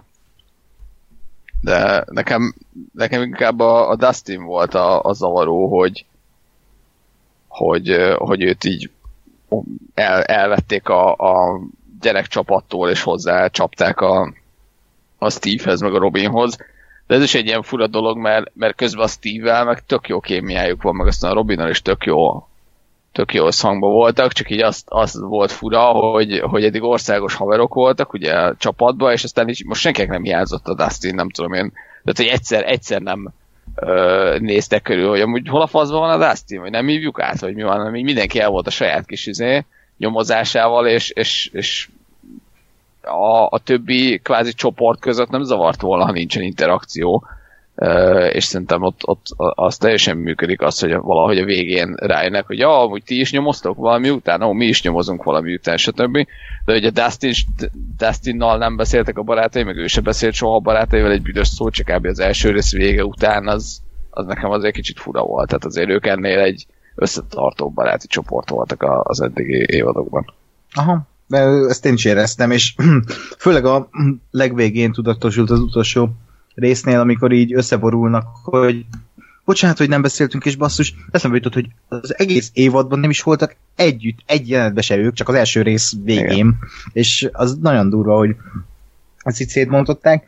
De nekem inkább a Dustin volt a zavaró, hogy őt így elvették a gyerekcsapattól, és hozzá csapták a Stevehez, meg a Robinhoz. De ez is egy ilyen fura dolog, mert közben a Steve-vel meg tök jó kémiájuk van, meg aztán a Robinnal is tök jó összhangban voltak, csak így az volt fura, hogy eddig országos haverok voltak ugye a csapatban, és aztán így most senkinek nem hiányzott a Dustin, nem tudom én. Tehát, hogy egyszer nem néztek körül, hogy amúgy hol a faszban van a Dustin, vagy nem hívjuk át, vagy mi van, hanem így mindenki el volt a saját kis nyomozásával, és a többi kvázi csoport között nem zavart volna, ha nincsen interakció. És szerintem ott az teljesen működik az, hogy valahogy a végén rájönnek, hogy amúgy ti is nyomoztok valami után, mi is nyomozunk valami után, stb. De hogy a Dustinnal nem beszéltek a barátai, meg ő se beszélt soha a barátaival egy büdös szó, csak kb. Az első rész vége után az nekem azért kicsit fura volt. Tehát azért ők ennél egy összetartó baráti csoport voltak az eddigi évadokban. Aha, de ezt én is éreztem, és főleg a legvégén tudatosult az utolsó résznél, amikor így összeborulnak, hogy bocsánat, hogy nem beszéltünk, és basszus, eszembe jutott, hogy az egész évadban nem is voltak együtt, egy jelenetben se ők, csak az első rész végén. Igen. És az nagyon durva, hogy ezt így szétmondották.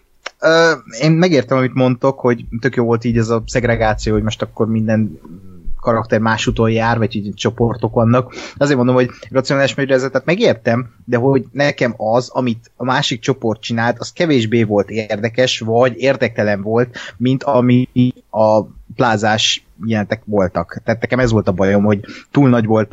Én megértem, amit mondtok, hogy tök jó volt így ez a szegregáció, hogy most akkor minden karakter más úton jár, vagy így csoportok vannak. Azért mondom, hogy racionális magyarázatot megértem, de hogy nekem az, amit a másik csoport csinált, az kevésbé volt érdekes, vagy érdektelen volt, mint ami a plázás jelentek voltak. Tehát nekem ez volt a bajom, hogy túl nagy volt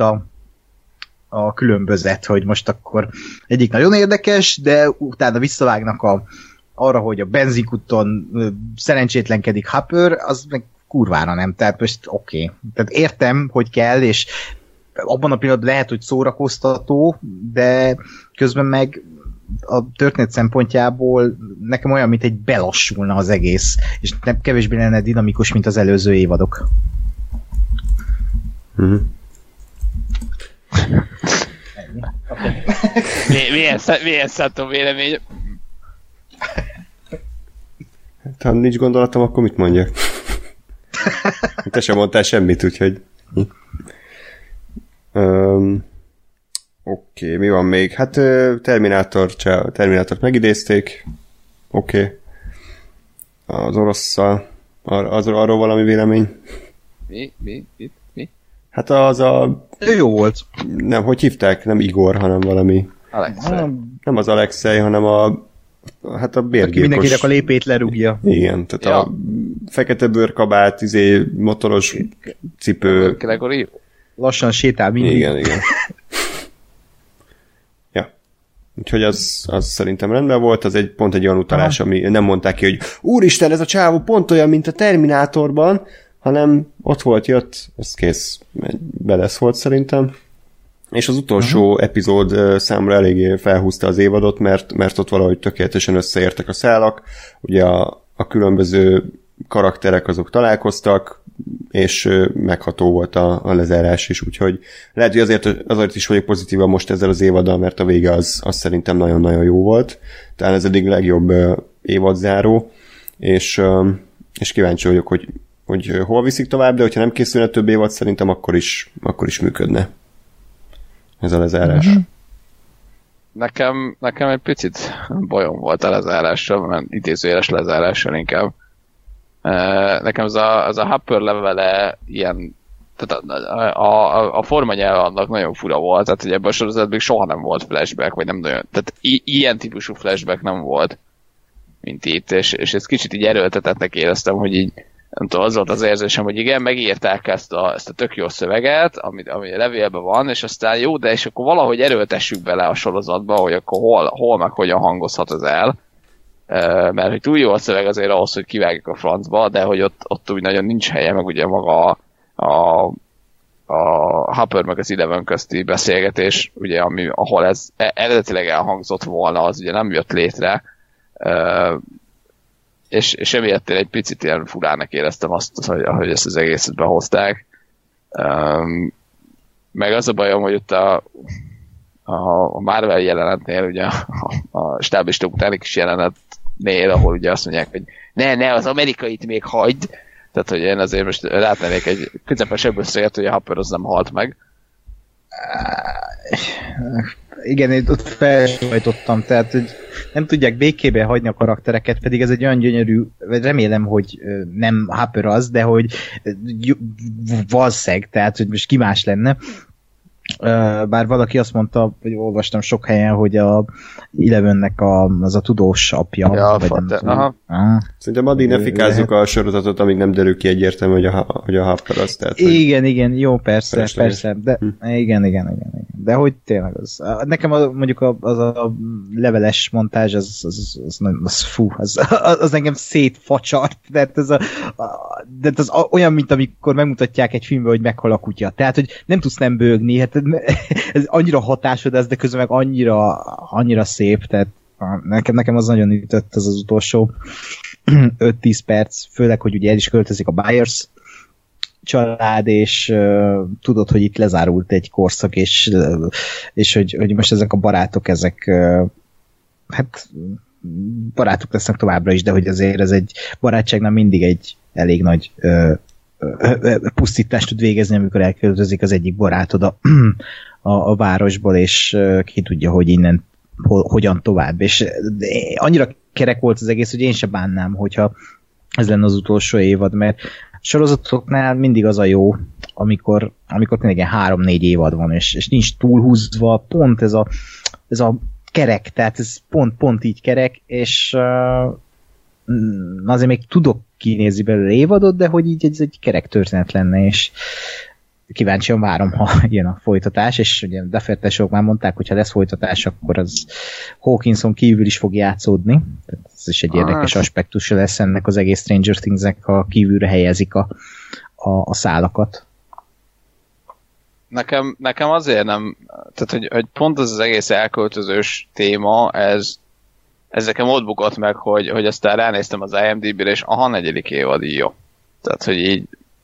a különbözet, hogy most akkor egyik nagyon érdekes, de utána visszavágnak arra, hogy a benzinkúton szerencsétlenkedik Hopper, az meg kurvára nem, tehát most oké. Tehát értem, hogy kell, és abban a pillanatban lehet, hogy szórakoztató, de közben meg a történet szempontjából nekem olyan, mint egy belassulna az egész, és nem kevésbé lenne dinamikus, mint az előző évadok. Mm-hmm. Milyen szálltom vélemény? Ha nincs gondolatom, akkor mit mondjak? Te sem mondtál semmit, úgyhogy... Oké, mi van még? Hát Terminátort megidézték. Oké. Az orosszal. Arról valami vélemény? Mi? Hát az a... Jó volt. Nem, hogy hívták? Nem Igor, hanem valami... Alexei. Nem az Alexei, hanem a bérgyilkos. Mindenkinek a lépét lerúgja. Igen, tehát a fekete bőrkabát, motoros cipő. Gregory. Lassan sétál mindig. Igen. Ja. Úgyhogy az szerintem rendben volt, az pont egy olyan utalás, ami nem mondták ki, hogy úristen, ez a csávó pont olyan, mint a Terminátorban, hanem ott jött, ez kész, belesz volt szerintem. És az utolsó epizód számra eléggé felhúzta az évadot, mert ott valahogy tökéletesen összeértek a szálak, ugye a különböző karakterek azok találkoztak, és megható volt a lezárás is, úgyhogy lehet, hogy azért is vagyok pozitívan most ezzel az évaddal, mert a vége az szerintem nagyon-nagyon jó volt. Talán ez eddig legjobb évadzáró, és kíváncsi vagyok, hogy hol viszik tovább, de hogyha nem készülne több évad, szerintem akkor is működne ez a lezárás. Nekem egy picit bajom volt a lezárással, mert idézőjeles lezárással inkább. Nekem ez a Hopper levele ilyen, tehát a formanyelve annak nagyon fura volt, tehát hogy ebben a sorozatban soha nem volt flashback, vagy nem nagyon, tehát ilyen típusú flashback nem volt, mint itt, és ezt kicsit így erőltetettnek éreztem, hogy így nem tudom, az volt az érzésem, hogy igen, megírták ezt a tök jó szöveget, ami a levélben van, és aztán jó, de és akkor valahogy erőltessük bele a sorozatba, hogy akkor hol meg hogyan hangozhat az el. mert hogy túl jó a szöveg azért ahhoz, hogy kivágjuk a francba, de hogy ott úgy nagyon nincs helye, meg ugye maga a Hopper meg az Eleven közti beszélgetés, ugye, ahol ez eredetileg elhangzott volna, az ugye nem jött létre, és emiatt én egy picit ilyen furának éreztem azt, hogy ezt az egészet behozták. Meg az a bajom, hogy ott a Marvel jelenetnél, ugye a stábista utáni kis jelenetnél, ahol ugye azt mondják, hogy ne, az amerikait még hagyd, tehát hogy én azért most rátmennék egy közepesebb összeget, hogy a Hopper az nem halt meg. Igen, én ott felsajtottam, tehát hogy nem tudják békébe hagyni a karaktereket, pedig ez egy olyan gyönyörű, remélem, hogy nem Hopper az, de hogy valószínűleg, tehát hogy most ki más lenne. Bár valaki azt mondta, hogy olvastam sok helyen, hogy a Elevennek az a tudós apja. Ja, vagy nem tudom. Szerintem addig ne fikázzuk a sorozatot, amíg nem derül ki egyértelmű, hogy a Hopper az. Tehát, igen, jó, persze, de igen. De hogy tényleg az. Nekem mondjuk az a leveles montázs, az engem szétfacsart, de az olyan, mint amikor megmutatják egy filmben, hogy meghal a kutya. Tehát, hogy nem tudsz nem bőgni, hát ez annyira hatásod, de közben meg annyira szép, tehát nekem az nagyon ütött az utolsó 5-10 perc, főleg, hogy ugye el is költözik a Byers család, és tudod, hogy itt lezárult egy korszak, és hogy most ezek a barátok, hát barátok lesznek továbbra is, de hogy azért ez egy barátságnál mindig egy elég nagy pusztítást tud végezni, amikor elköltözik az egyik barátod a városból, és ki tudja, hogy innen hogyan tovább. És annyira kerek volt az egész, hogy én se bánnám, hogyha ez lenne az utolsó évad, mert sorozatoknál mindig az a jó, amikor tényleg 3-4 évad van, és nincs túlhúzva, pont ez a kerek, tehát ez pont így kerek, és azért még tudok kinézni belőle évadot, de hogy így ez egy kerek történet lenne, és kíváncsian várom, ha jön a folytatás, és ugye Duffer-tesók már mondták, hogy ha lesz folytatás, akkor az Hawkinson kívül is fog játszódni. Tehát ez is egy érdekes aspektusa lesz ennek az egész Stranger Things-nek, ha kívülre helyezik a szálakat. Nekem azért nem, tehát hogy pont az egész elköltözős téma, ez nekem ott bukott meg, hogy aztán ránéztem az IMDb-re, és 4. évad jó. Tehát, hogy így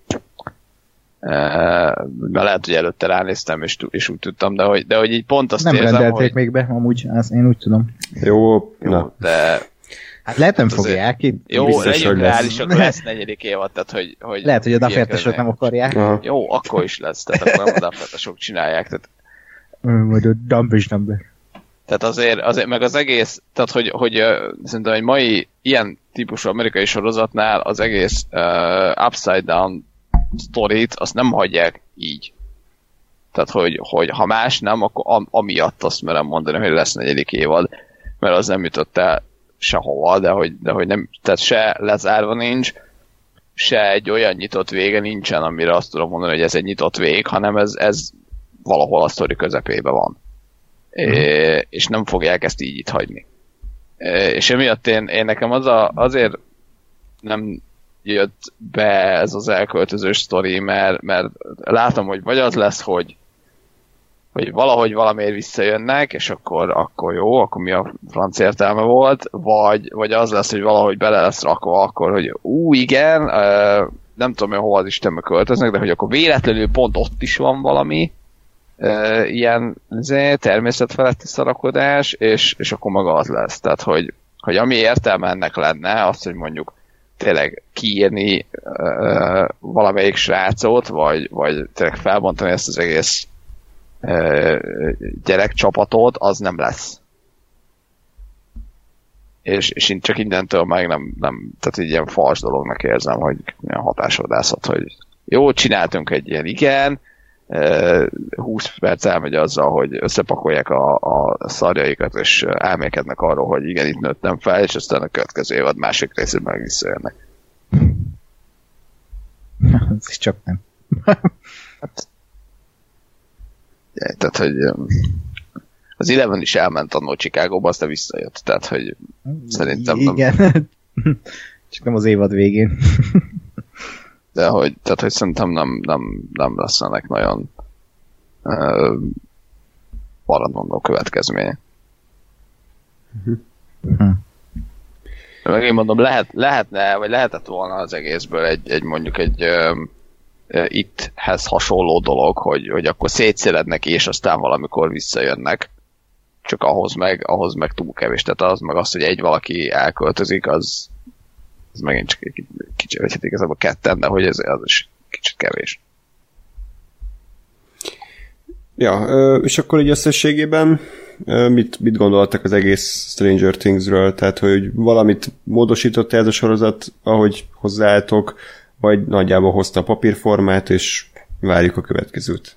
lehet, hogy előtte ránéztem, és úgy tudtam, de hogy így pont azt nem érzem, rendelték hogy... még be, amúgy, én úgy tudom. Jó, de... Hát lehet nem fogják itt. Jó, legyünk reálisak, lesz 4. évad, tehát hogy lehet, hogy a Duffer-tesók nem akarják. Jó, akkor is lesz, tehát akkor nem a Duffer-tesók csinálják. Tehát... Vagy a Dumb és Dumber. Tehát azért meg az egész, tehát hogy szerintem egy mai ilyen típusú amerikai sorozatnál az egész upside down sztorit, azt nem hagyják így. Tehát, hogy ha más nem, akkor amiatt azt merem mondani, hogy lesz 4. évad, mert az nem jutott el sehova, de hogy nem, tehát se lezárva nincs, se egy olyan nyitott vége nincsen, amire azt tudom mondani, hogy ez egy nyitott vég, hanem ez valahol a sztori közepében van. És nem fogják ezt így itt hagyni. És emiatt én nekem azért nem jött be ez az elköltözős sztori, mert látom, hogy vagy az lesz, hogy valahogy valamiért visszajönnek, és akkor jó, akkor mi a franc értelme volt, vagy az lesz, hogy valahogy bele lesz rakva akkor, hogy igen, nem tudom, hogy hol az Istenbe költöznek, de hogy akkor véletlenül pont ott is van valami, ilyen természetfeletti szarakodás, és akkor maga az lesz. Tehát, hogy ami értelme ennek lenne, az, hogy mondjuk tényleg kiírni valamelyik srácot, vagy tényleg felbontani ezt az egész gyerekcsapatot, az nem lesz. És én csak innentől meg nem tehát egy ilyen fals dolognak érzem, hogy milyen hatásvadászat, hogy jó, csináltunk egy ilyen igen, 20 perc elmegy azzal, hogy összepakolják a szarjaikat, és elmékednek arról, hogy igen, itt nőttem fel, és aztán a következő évad másik részében meg visszajönnek. Ez is csak nem. Hát, tehát, hogy Az Eleven is elment annól Chicagóba, aztán visszajött, tehát hogy szerintem nem. Igen, csak nem az évad végén. De hogy, tehát, hogy szerintem nem lesz ennek nagyon maradandó következménye. Meg én mondom, lehetne, vagy lehetett volna az egészből egy mondjuk egy itthez hasonló dolog, hogy akkor szétszélednek, és aztán valamikor visszajönnek. Csak ahhoz meg túl kevés. Tehát az meg az, hogy egy valaki elköltözik, az megint csak egy kicsit, vagy hát igazából ketten, de hogy az is kicsit kevés. Ja, és akkor így összességében mit gondoltak az egész Stranger Things-ről? Tehát, hogy valamit módosított ez a sorozat, ahogy hozzáálltok, vagy nagyjából hozta a papírformát, és várjuk a következőt?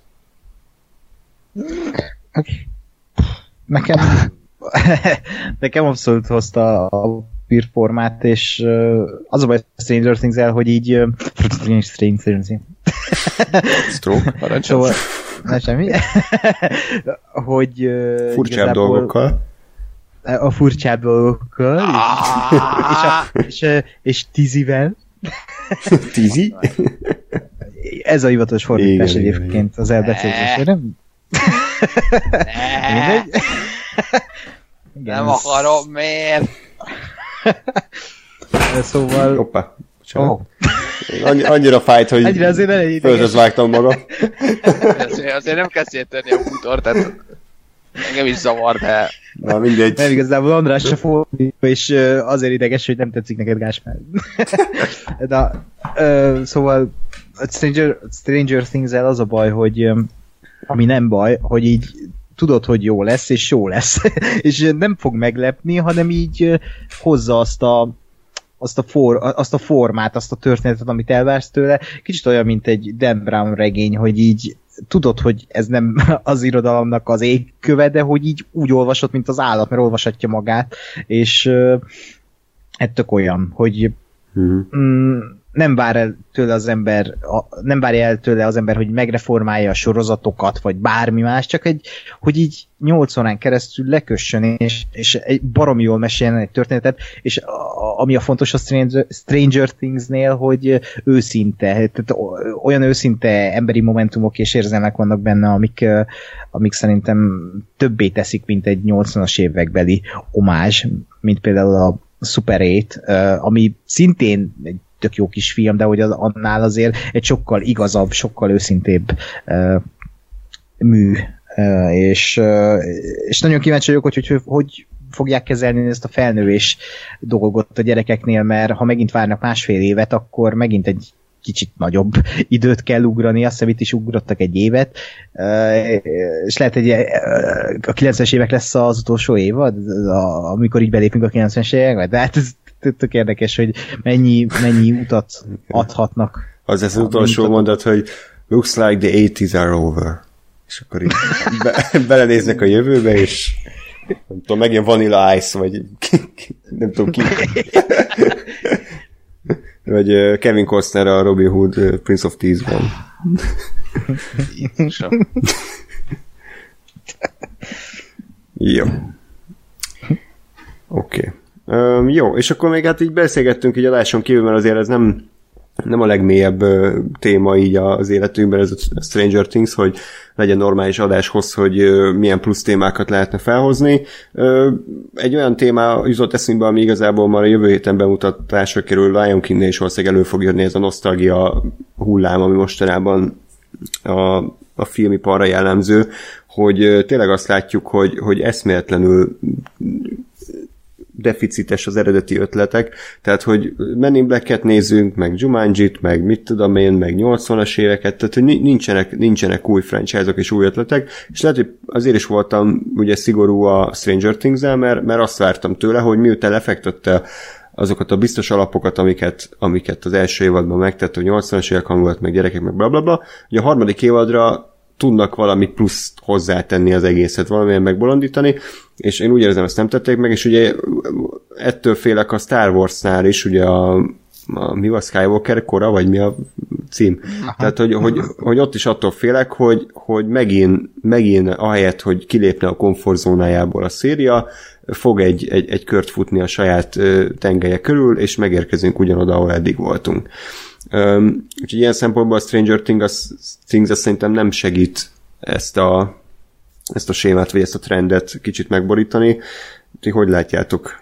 Nekem abszolút hozta a papírformát, és az a baj Stranger Things-el, hogy így Stroke? Szóval, nem semmi. Hogy furcsább dolgokkal. A furcsább dolgokkal. És Tizivel. Tizi? Ez a hivatalos fordítás egyébként az elbeszélésére. Nem akarom, miért? Szóval... Hoppá. Oh. Annyira fájt, hogy földhöz vágtam magam. Azért nem kell széttörni a bútort, tehát engem is zavar, de... Na, mindegy. Nem igazából András se fordítva, és azért ideges, hogy nem tetszik neked Gáspár. De, szóval Stranger Things-el az a baj, hogy ami nem baj, hogy így tudod, hogy jó lesz, és jó lesz. És nem fog meglepni, hanem így hozza azt a formát, azt a történetet, amit elvársz tőle. Kicsit olyan, mint egy Dan Brown regény, hogy így tudod, hogy ez nem az irodalomnak az égköve, de hogy így úgy olvasod, mint az állat, mert olvashatja magát, és ez tök olyan, hogy nem várja el tőle az ember, hogy megreformálja a sorozatokat, vagy bármi más, csak hogy így 8 órán keresztül lekössön, és egy baromi jól meséljen egy történetet, és ami a fontos a Stranger Things-nél, hogy őszinte, tehát olyan őszinte emberi momentumok és érzelmek vannak benne, amik szerintem többé teszik, mint egy 80-as évekbeli omázs, mint például a Super 8, ami szintén egy tök jó kis film, de hogy annál azért egy sokkal igazabb, sokkal őszintébb mű. És nagyon kíváncsi vagyok, hogy fogják kezelni ezt a felnővés dolgot a gyerekeknél, mert ha megint várnak 1,5 évet, akkor megint egy kicsit nagyobb időt kell ugrani, azt hiszem itt is ugrottak egy évet, és lehet, hogy a 90-es évek lesz az utolsó évad, amikor így belépünk a 90-es évekbe, de hát ez tök érdekes, hogy mennyi utat adhatnak. Az utolsó mondat, hogy looks like the 80s are over. És akkor így belenéznek a jövőbe, és nem tudom, megint Vanilla Ice, vagy nem tudom ki. Vagy Kevin Costner a Robin Hood Prince of Thieves-ben. Jó. Oké. Jó, és akkor még hát így beszélgettünk így adáson kívül, mert azért ez nem a legmélyebb téma így az életünkben, ez a Stranger Things, hogy legyen normális adáshoz, hogy milyen plusz témákat lehetne felhozni. Egy olyan téma jutott eszünkbe, ami igazából már a jövő héten bemutatásra kerül Lion King-nél, és valószínűleg elő fog jönni ez a nosztalgia hullám, ami mostanában a filmiparra jellemző, hogy tényleg azt látjuk, hogy eszméletlenül deficites az eredeti ötletek, tehát hogy Men in Black-et nézzünk, meg Jumanjit, meg mit tudom én, meg 80-as éveket, tehát hogy nincsenek új franchise-ok és új ötletek, és lehet, hogy azért is voltam ugye szigorú a Stranger Things-el, mert azt vártam tőle, hogy miután lefektette azokat a biztos alapokat, amiket az első évadban megtett, hogy 80-as évek hangulat, meg gyerekek, meg blablabla, hogy a harmadik évadra tudnak valami pluszt hozzátenni az egészet, valamilyen megbolondítani, és én úgy érzem, ezt nem tették meg, és ugye ettől félek a Star Wars-nál is, ugye mi a Skywalker kora, vagy mi a cím. Aha. Tehát, hogy ott is attól félek, hogy megint ahelyett, hogy kilépne a komfortzónájából a széria, fog egy kört futni a saját tengelye körül, és megérkezünk ugyanoda, ahol eddig voltunk. Úgyhogy ilyen szempontból a Stranger Things szerintem nem segít ezt a sémát, vagy ezt a trendet kicsit megborítani. Ti hogy látjátok?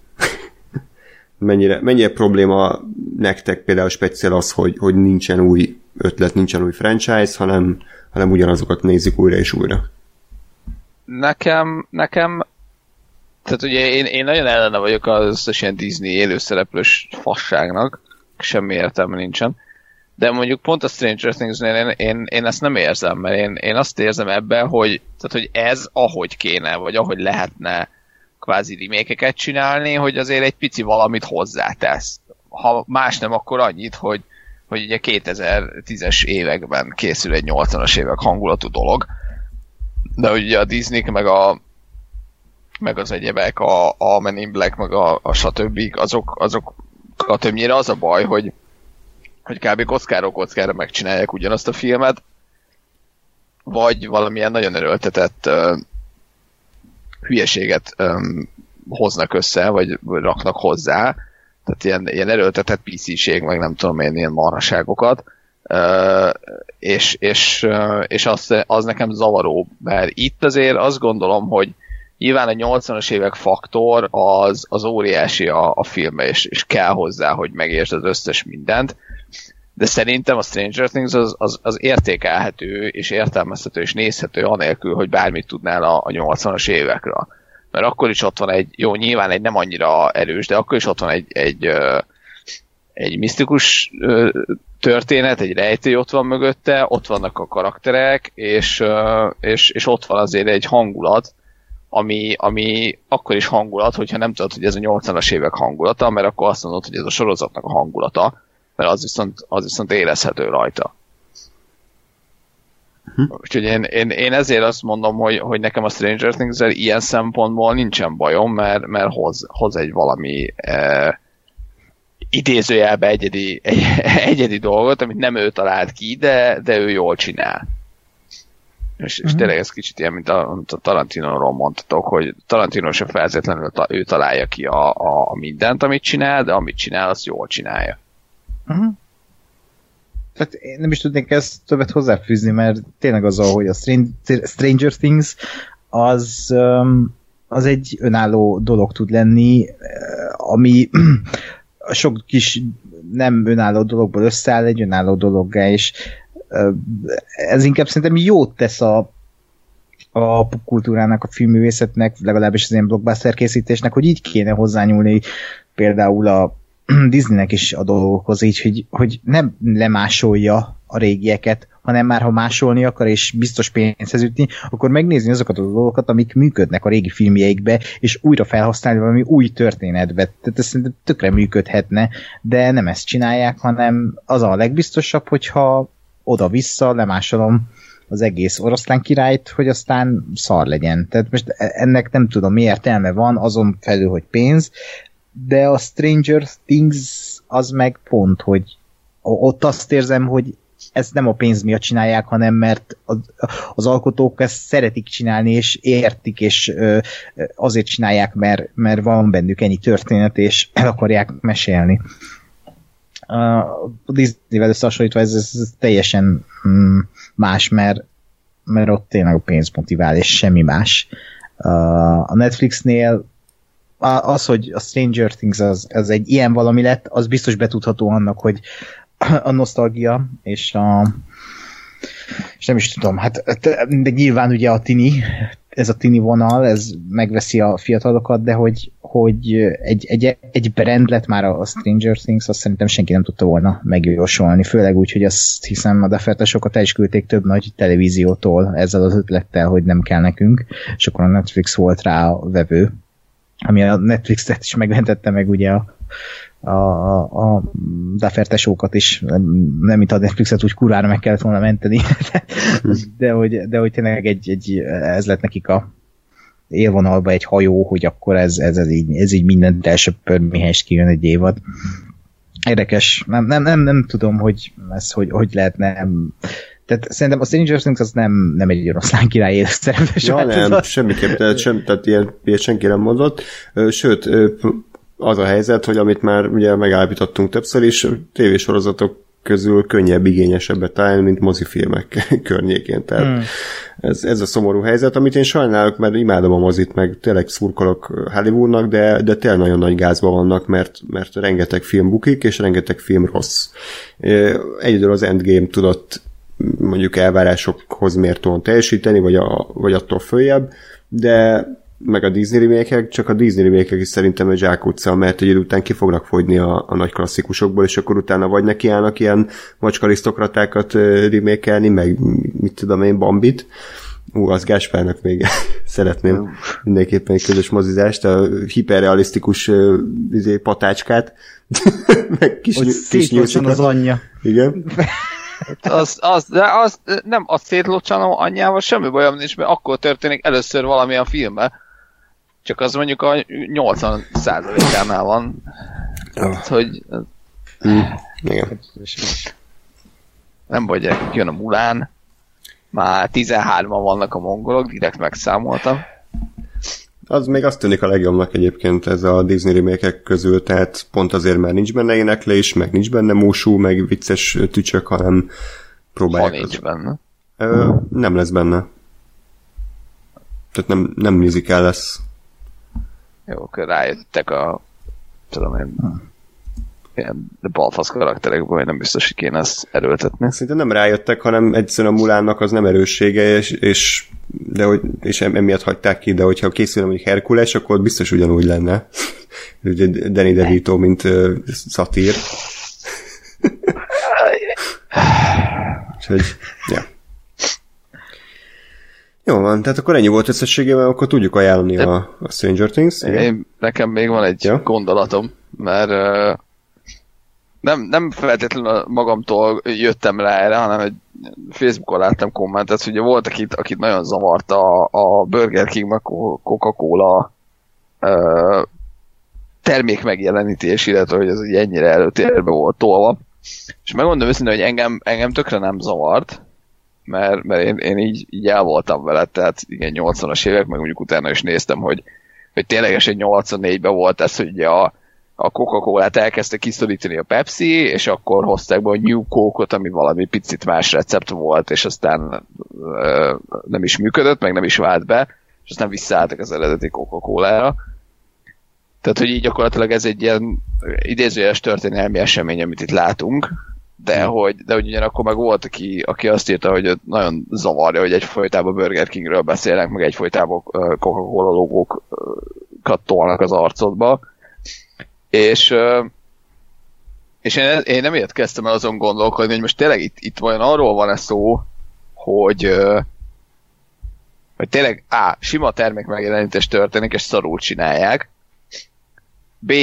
mennyire probléma nektek például speciál az, hogy nincsen új ötlet, nincsen új franchise, hanem ugyanazokat nézik újra és újra? Nekem tehát ugye én nagyon ellene vagyok az összes ilyen Disney élőszereplős fasságnak, semmi értelme nincsen. De mondjuk pont a Stranger Things-nél én ezt nem érzem, mert én azt érzem ebben, hogy ez ahogy kéne, vagy ahogy lehetne kvázi remake-eket csinálni, hogy azért egy pici valamit hozzátesz. Ha más nem, akkor annyit, hogy ugye 2010-es években készül egy 80-as évek hangulatú dolog, de ugye a Disney meg az egyebek, a Men in Black, meg a stb. azok többnyire az a baj, hogy kb. Kockáról kockára megcsinálják ugyanazt a filmet, vagy valamilyen nagyon erőltetett hülyeséget hoznak össze, vagy raknak hozzá, tehát ilyen erőltetett PC-ség, meg nem tudom én, ilyen marhaságokat, és az nekem zavaró, mert itt azért azt gondolom, hogy nyilván a 80-as évek faktor az óriási a filmbe, és kell hozzá, hogy megértsd az összes mindent, de szerintem a Stranger Things az értékelhető, és értelmezhető, és nézhető anélkül, hogy bármit tudnál a 80-as évekről. Mert akkor is ott van nyilván egy nem annyira erős, de akkor is ott van egy misztikus történet, egy rejtély ott van mögötte, ott vannak a karakterek, és ott van azért egy hangulat, ami akkor is hangulat, hogyha nem tudod, hogy ez a 80-as évek hangulata, mert akkor azt mondod, hogy ez a sorozatnak a hangulata, mert az viszont érezhető rajta. Úgyhogy én ezért azt mondom, hogy nekem a Stranger Things-el ilyen szempontból nincsen bajom, mert hoz egy valami idézőjelbe egyedi dolgot, amit nem ő talált ki, de ő jól csinál. És tényleg ez kicsit ilyen, mint a Tarantino-ról mondtatok, hogy Tarantino se feltétlenül ő találja ki a mindent, amit csinál, de amit csinál, azt jól csinálja. Tehát én nem is tudnék ezt többet hozzáfűzni, mert tényleg az, hogy a Stranger Things az egy önálló dolog tud lenni, ami sok kis nem önálló dologból összeáll egy önálló dologgá, és ez inkább szerintem jót tesz a popkultúrának, a filmművészetnek, legalábbis az ilyen blockbuster készítésnek, hogy így kéne hozzányúlni például a Disneynek is a dolgokhoz, így, hogy nem lemásolja a régieket, hanem már ha másolni akar, és biztos pénzhez ütni, akkor megnézni azokat a dolgokat, amik működnek a régi filmjeikbe, és újra felhasználni valami új történetbe. Tehát ez szerintem tökre működhetne, de nem ezt csinálják, hanem az a legbiztosabb, hogyha oda-vissza lemásolom az egész Oroszlán királyt, hogy aztán szar legyen. Tehát most ennek nem tudom, mi értelme van, azon felül, hogy pénz, de a Stranger Things az meg pont, hogy ott azt érzem, hogy ezt nem a pénz miatt csinálják, hanem mert az alkotók ezt szeretik csinálni, és értik, és azért csinálják, mert van bennük ennyi történet, és el akarják mesélni. A Disney-vel összehasonlítva ez teljesen más, mert ott tényleg a pénz motivál, és semmi más. A Netflixnél az, hogy a Stranger Things az egy ilyen valami lett, az biztos betudható annak, hogy a nosztalgia, és nem is tudom, de nyilván ugye ez a tini vonal, ez megveszi a fiatalokat, de hogy egy brand lett már a Stranger Things, azt szerintem senki nem tudta volna megjósolni, főleg úgy, hogy azt hiszem a defertesokat el is küldték több nagy televíziótól ezzel az ötlettel, hogy nem kell nekünk, és akkor a Netflix volt rá a vevő, ami a Netflixet is megmentette, meg ugye a defertesókat is, nem mint a Netflixet úgy kurvára meg kellett volna menteni, de hogy tényleg ez lett nekik a élvonalba egy hajó, hogy akkor ez így mindent elsöpör, mihelyest kijön egy évad. Érdekes. Nem tudom, hogy ez hogy lehetne. Tehát szerintem a Stranger Things az nem egy oroszlán király életszerepes. Ja, nem, semmiképp, tehát ilyet senki nem mondott. Sőt, az a helyzet, hogy amit már ugye megállapítottunk többször is, tévésorozatok közül könnyebb, igényesebbet találni, mint mozifilmek környékén. Tehát ez a szomorú helyzet, amit én sajnálok, mert imádom a mozit, meg tényleg szurkolok Hollywoodnak, de tényleg nagyon nagy gázban vannak, mert rengeteg film bukik, és rengeteg film rossz. Egyedül az Endgame tudott mondjuk elvárásokhoz mértóan teljesíteni, vagy attól följebb, de meg a Disney remake-ek, csak a Disney remake-ek is szerintem egy zsákutca, mert egy idő után ki fognak fogyni a nagy klasszikusokból, és akkor utána vagy nekiállnak ilyen macskarisztokratákat remake-elni, meg mit tudom én, Bambit. Az Gáspárnak még szeretném mindenképpen egy közös mozizást, a hiperrealisztikus patácskát, meg kis nyújtsokat. Az anyja. Igen. Nem a szétlocsanom anyjával semmi bajom nincs, mert akkor történik először valamilyen filmben. Csak az mondjuk a 80%-ánál van. Hát, hogy... Igen. Nem vagy, jön a Mulán. Már 13-an vannak a mongolok, direkt megszámoltam. Az még azt tűnik a legjobbnak egyébként ez a Disney remake-ek közül, tehát pont azért, mert nincs benne éneklés, meg nincs benne mósú, meg vicces tücsök, hanem próbálják. Ha nincs benne. Nem lesz benne. Tehát nem musical lesz. Jó, akkor rájöttek tudom én, ilyen balfasz karakterekből, hogy nem biztos, hogy kéne ezt erőltetni. Szerintem nem rájöttek, hanem egyszerűen a Mulánnak az nem erőssége, és emiatt hagyták ki, de hogyha készülne mondjuk Herkules, akkor biztos ugyanúgy lenne. Ugye Danny DeVito, mint szatír. Úgyhogy, ja. Jó van, tehát akkor ennyi volt összességében, akkor tudjuk ajánlani a Stranger Things. Nekem még van egy gondolatom, mert nem feltétlenül magamtól jöttem rá erre, hanem egy Facebookon láttam kommentet, hogy volt, akit nagyon zavarta a Burger King meg Coca-Cola termék megjelenítés, illetve hogy ez ennyire előtérbe volt tolva. És megmondom őszintén, hogy engem tökre nem zavart, mert én így el voltam vele, tehát igen, 80-as évek, meg mondjuk utána is néztem, hogy ténylegesen 84-ben volt ez, hogy a Coca-Colát elkezdte kiszorítani a Pepsi, és akkor hozták be a New Coke-ot, ami valami picit más recept volt, és aztán nem is működött, meg nem is vált be, és aztán visszaálltak az eredeti Coca-Colára. Tehát, hogy így gyakorlatilag ez egy ilyen idézőjeles történelmi esemény, amit itt látunk, de hogy ugyanakkor meg volt, aki azt írta, hogy nagyon zavarja, hogy egyfolytában Burger Kingről beszélnek, meg egyfolytában Coca-Cola logókat tolnak az arcodba. És én nem ilyet kezdtem el azon gondolkodni, hogy most tényleg itt vajon arról van-e szó, hogy tényleg sima termék megjelenítés történik, és szarul csinálják. B,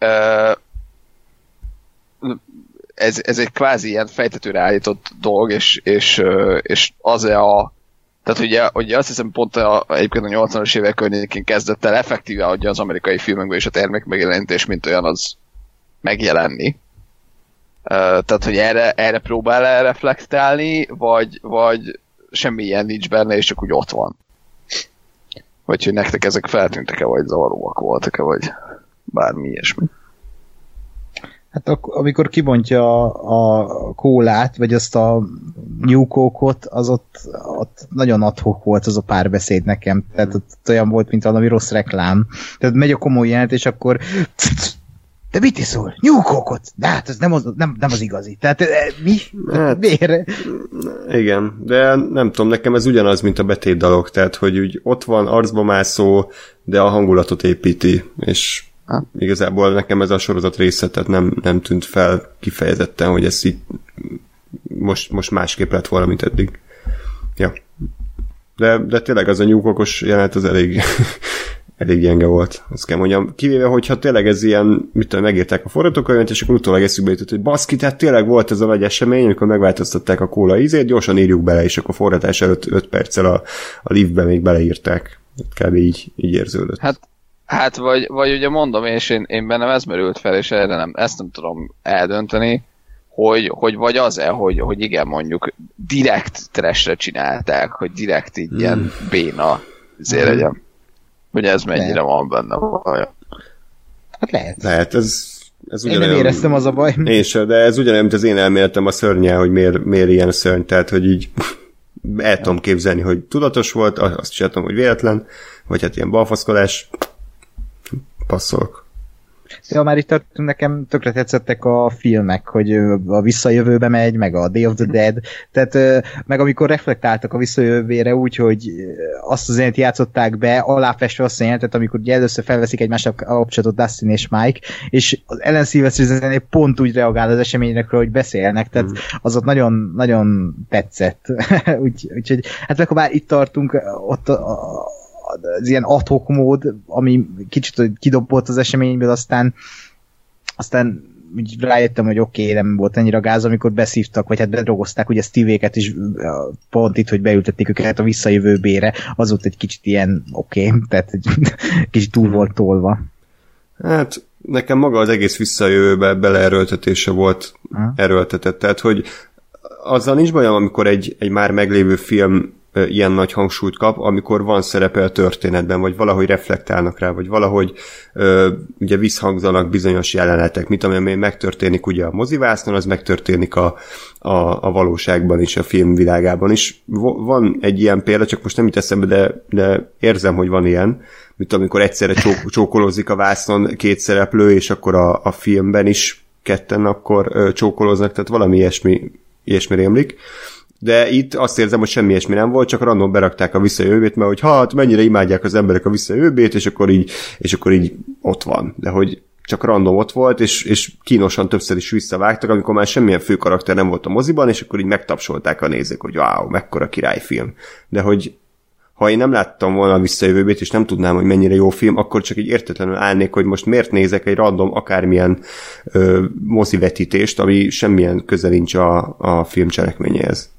ez egy kvázi ilyen fejtetőre állított dolog, és az-e tehát ugye azt hiszem pont egyébként a 80-as évek környékén kezdett el effektíve adja az amerikai filmekben és a termék megjelenítés, mint olyan az megjelenni. Tehát, hogy erre próbál reflektálni, vagy semmi ilyen nincs benne, és csak úgy ott van. Vagy hogy nektek ezek feltűntek-e, vagy zavaróak voltak-e, vagy bármi ilyesmi. Hát amikor kibontja a kólát, vagy azt a New Coke-ot, az ott nagyon ad-hoc volt az a párbeszéd nekem. Tehát ott olyan volt, mint valami rossz reklám. Tehát megy a komoly jelent, és akkor de mit iszol? New Coke-ot? De hát ez nem az igazi. Tehát mi? Hát, miért? Igen, de nem tudom, nekem ez ugyanaz, mint a betétdalok, tehát hogy úgy ott van, arcba mászó, de a hangulatot építi, és igazából nekem ez a sorozat része, tehát nem tűnt fel kifejezetten, hogy ez így most másképp lett volna, mint eddig. Ja. De tényleg az a New Coke-os jelenet az elég gyenge volt, azt kell mondjam. Kivéve, hogyha tényleg ez ilyen, mit tudom, megírták a forgatókönyvet, és akkor utólag eszükbe jutott, hogy baszki, tehát tényleg volt ez a nagy esemény, amikor megváltoztatták a kóla ízét, gyorsan írjuk bele, és akkor forgatás előtt 5 perccel a liftbe még beleírták. Kb. így érződött. Hát Hát, vagy ugye mondom, és én bennem ez merült fel, és ezt nem tudom eldönteni, hogy vagy az-e, hogy igen, mondjuk direkt trashre csinálták, hogy direkt így ilyen béna azért legyen. Hogy ez mennyire van benne vajon. Hát lehet, ez én nem éreztem, az a baj. Én sem, de ez ugyanolyan, mint az én elméletem a szörnyel, hogy miért ilyen szörny, tehát hogy így el tudom képzelni, hogy tudatos volt, azt csináltam, hogy véletlen, vagy hát ilyen balfaszkodás, passzolok. Ja, már itt tartunk, nekem tökre tetszettek a filmek, hogy a Visszajövőbe megy, meg a Day of the Dead, tehát meg amikor reflektáltak a Visszajövőre úgy, hogy azt az élet játszották be, aláfestve azt a jelentet, amikor ugye először felveszik egymással a kapcsolatot Dustin és Mike, és az Ellen Silvestri pont úgy reagál az eseményekről, hogy beszélnek, tehát az ott nagyon, nagyon tetszett. Úgyhogy, hát akkor már itt tartunk, ott az ilyen ad-hoc mód, ami kicsit kidobott az eseményből, aztán úgy rájöttem, hogy oké, nem volt annyira gáz, amikor beszívtak, vagy hát bedrogozták ugye Steve-éket is pont itt, hogy beültették őket a Visszajövőbére, az volt egy kicsit ilyen oké, tehát egy kicsit túl volt tolva. Hát nekem maga az egész Visszajövőbe beleerőltetése volt erőltetett, tehát hogy azzal nincs bajom, amikor egy már meglévő film ilyen nagy hangsúlyt kap, amikor van szerepe a történetben, vagy valahogy reflektálnak rá, vagy valahogy ugye visszhangzanak bizonyos jelenetek, mint ami megtörténik ugye a mozivásznon, az megtörténik a valóságban is, a filmvilágában is. Van egy ilyen példa, csak most nem jut eszembe, de érzem, hogy van ilyen, mint amikor egyszerre csókolózik a vásznon két szereplő, és akkor a filmben is ketten akkor csókolóznak, tehát valami ilyesmi rémlik. De itt azt érzem, hogy semmi ilyesmi nem volt, csak random berakták a Visszajövőbét, mert hogy hát mennyire imádják az emberek a Visszajövőbét, és akkor így ott van. De hogy csak random ott volt, és kínosan többször is visszavágtak, amikor már semmilyen fő karakter nem volt a moziban, és akkor így megtapsolták a nézők, hogy wow, mekkora királyfilm. De hogy ha én nem láttam volna a Visszajövőbét, és nem tudnám, hogy mennyire jó film, akkor csak így értetlenül állnék, hogy most miért nézek egy random akármilyen mozivetítést, ami semmilyen köze nincs a film cselekményéhez.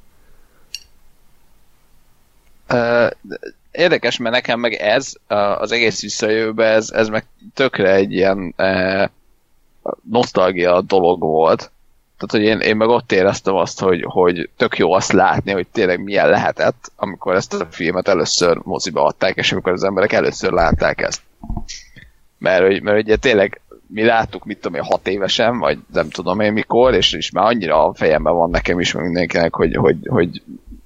Érdekes, mert nekem meg ez, az egész Visszajövőbe, ez meg tökre egy ilyen nosztalgia dolog volt. Tehát, hogy én meg ott éreztem azt, hogy tök jó azt látni, hogy tényleg milyen lehetett, amikor ezt a filmet először moziba adták, és amikor az emberek először látták ezt. Mert ugye tényleg mi láttuk, mit tudom én, 6 évesen, vagy nem tudom én mikor, és már annyira a fejemben van nekem is, meg mindenkinek, hogy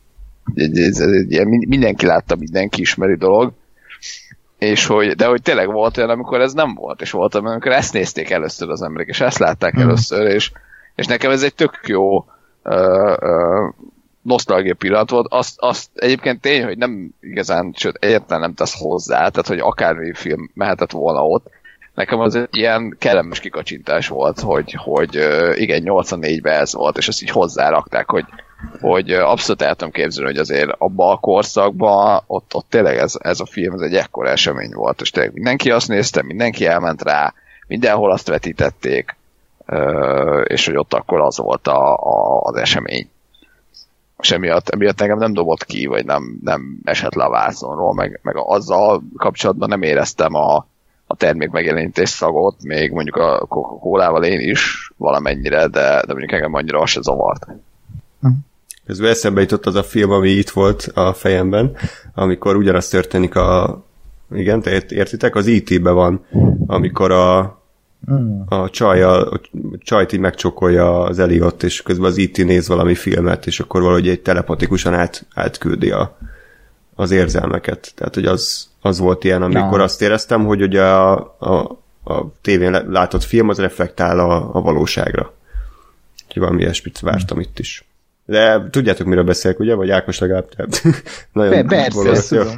mindenki látta, mindenki ismeri dolog, de hogy tényleg volt olyan, amikor ez nem volt, és volt olyan, amikor ezt nézték először az emberek, és ezt látták először, és nekem ez egy tök jó nosztalgia pillanat volt. Azt egyébként tény, hogy nem igazán, sőt, egyáltalán nem tesz hozzá, tehát hogy akármi film mehetett volna ott. Nekem az egy ilyen kellemes kikacsintás volt, hogy igen, 84-ben ez volt, és ezt így hozzárakták, hogy abszolút el tudom képzelni, hogy azért abban a korszakban ott tényleg ez a film, ez egy ekkora esemény volt, és tényleg mindenki azt nézte, mindenki elment rá, mindenhol azt vetítették, és hogy ott akkor az volt az esemény. És emiatt nekem nem dobott ki, vagy nem esett le a vászonról, meg azzal kapcsolatban nem éreztem a termék megjelenítés szagot, még mondjuk a Coca-Colával én is valamennyire, de mondjuk engem annyira az se zavart. Közben eszembe jutott az a film, ami itt volt a fejemben, amikor ugyanaz történik igen, te értitek? Az E.T.-ben van, amikor a csajt így megcsokolja az Elliot, és közben az E.T. néz valami filmet, és akkor valahogy egy telepatikusan átküldi az érzelmeket. Tehát, hogy az volt ilyen, amikor azt éreztem, hogy ugye a tévén látott film az reflektál a valóságra. Úgyhogy valami ilyesmit vártam itt is. De tudjátok, miről beszélek, ugye? Vagy Ákos legalább? Nagyon persze, tudom.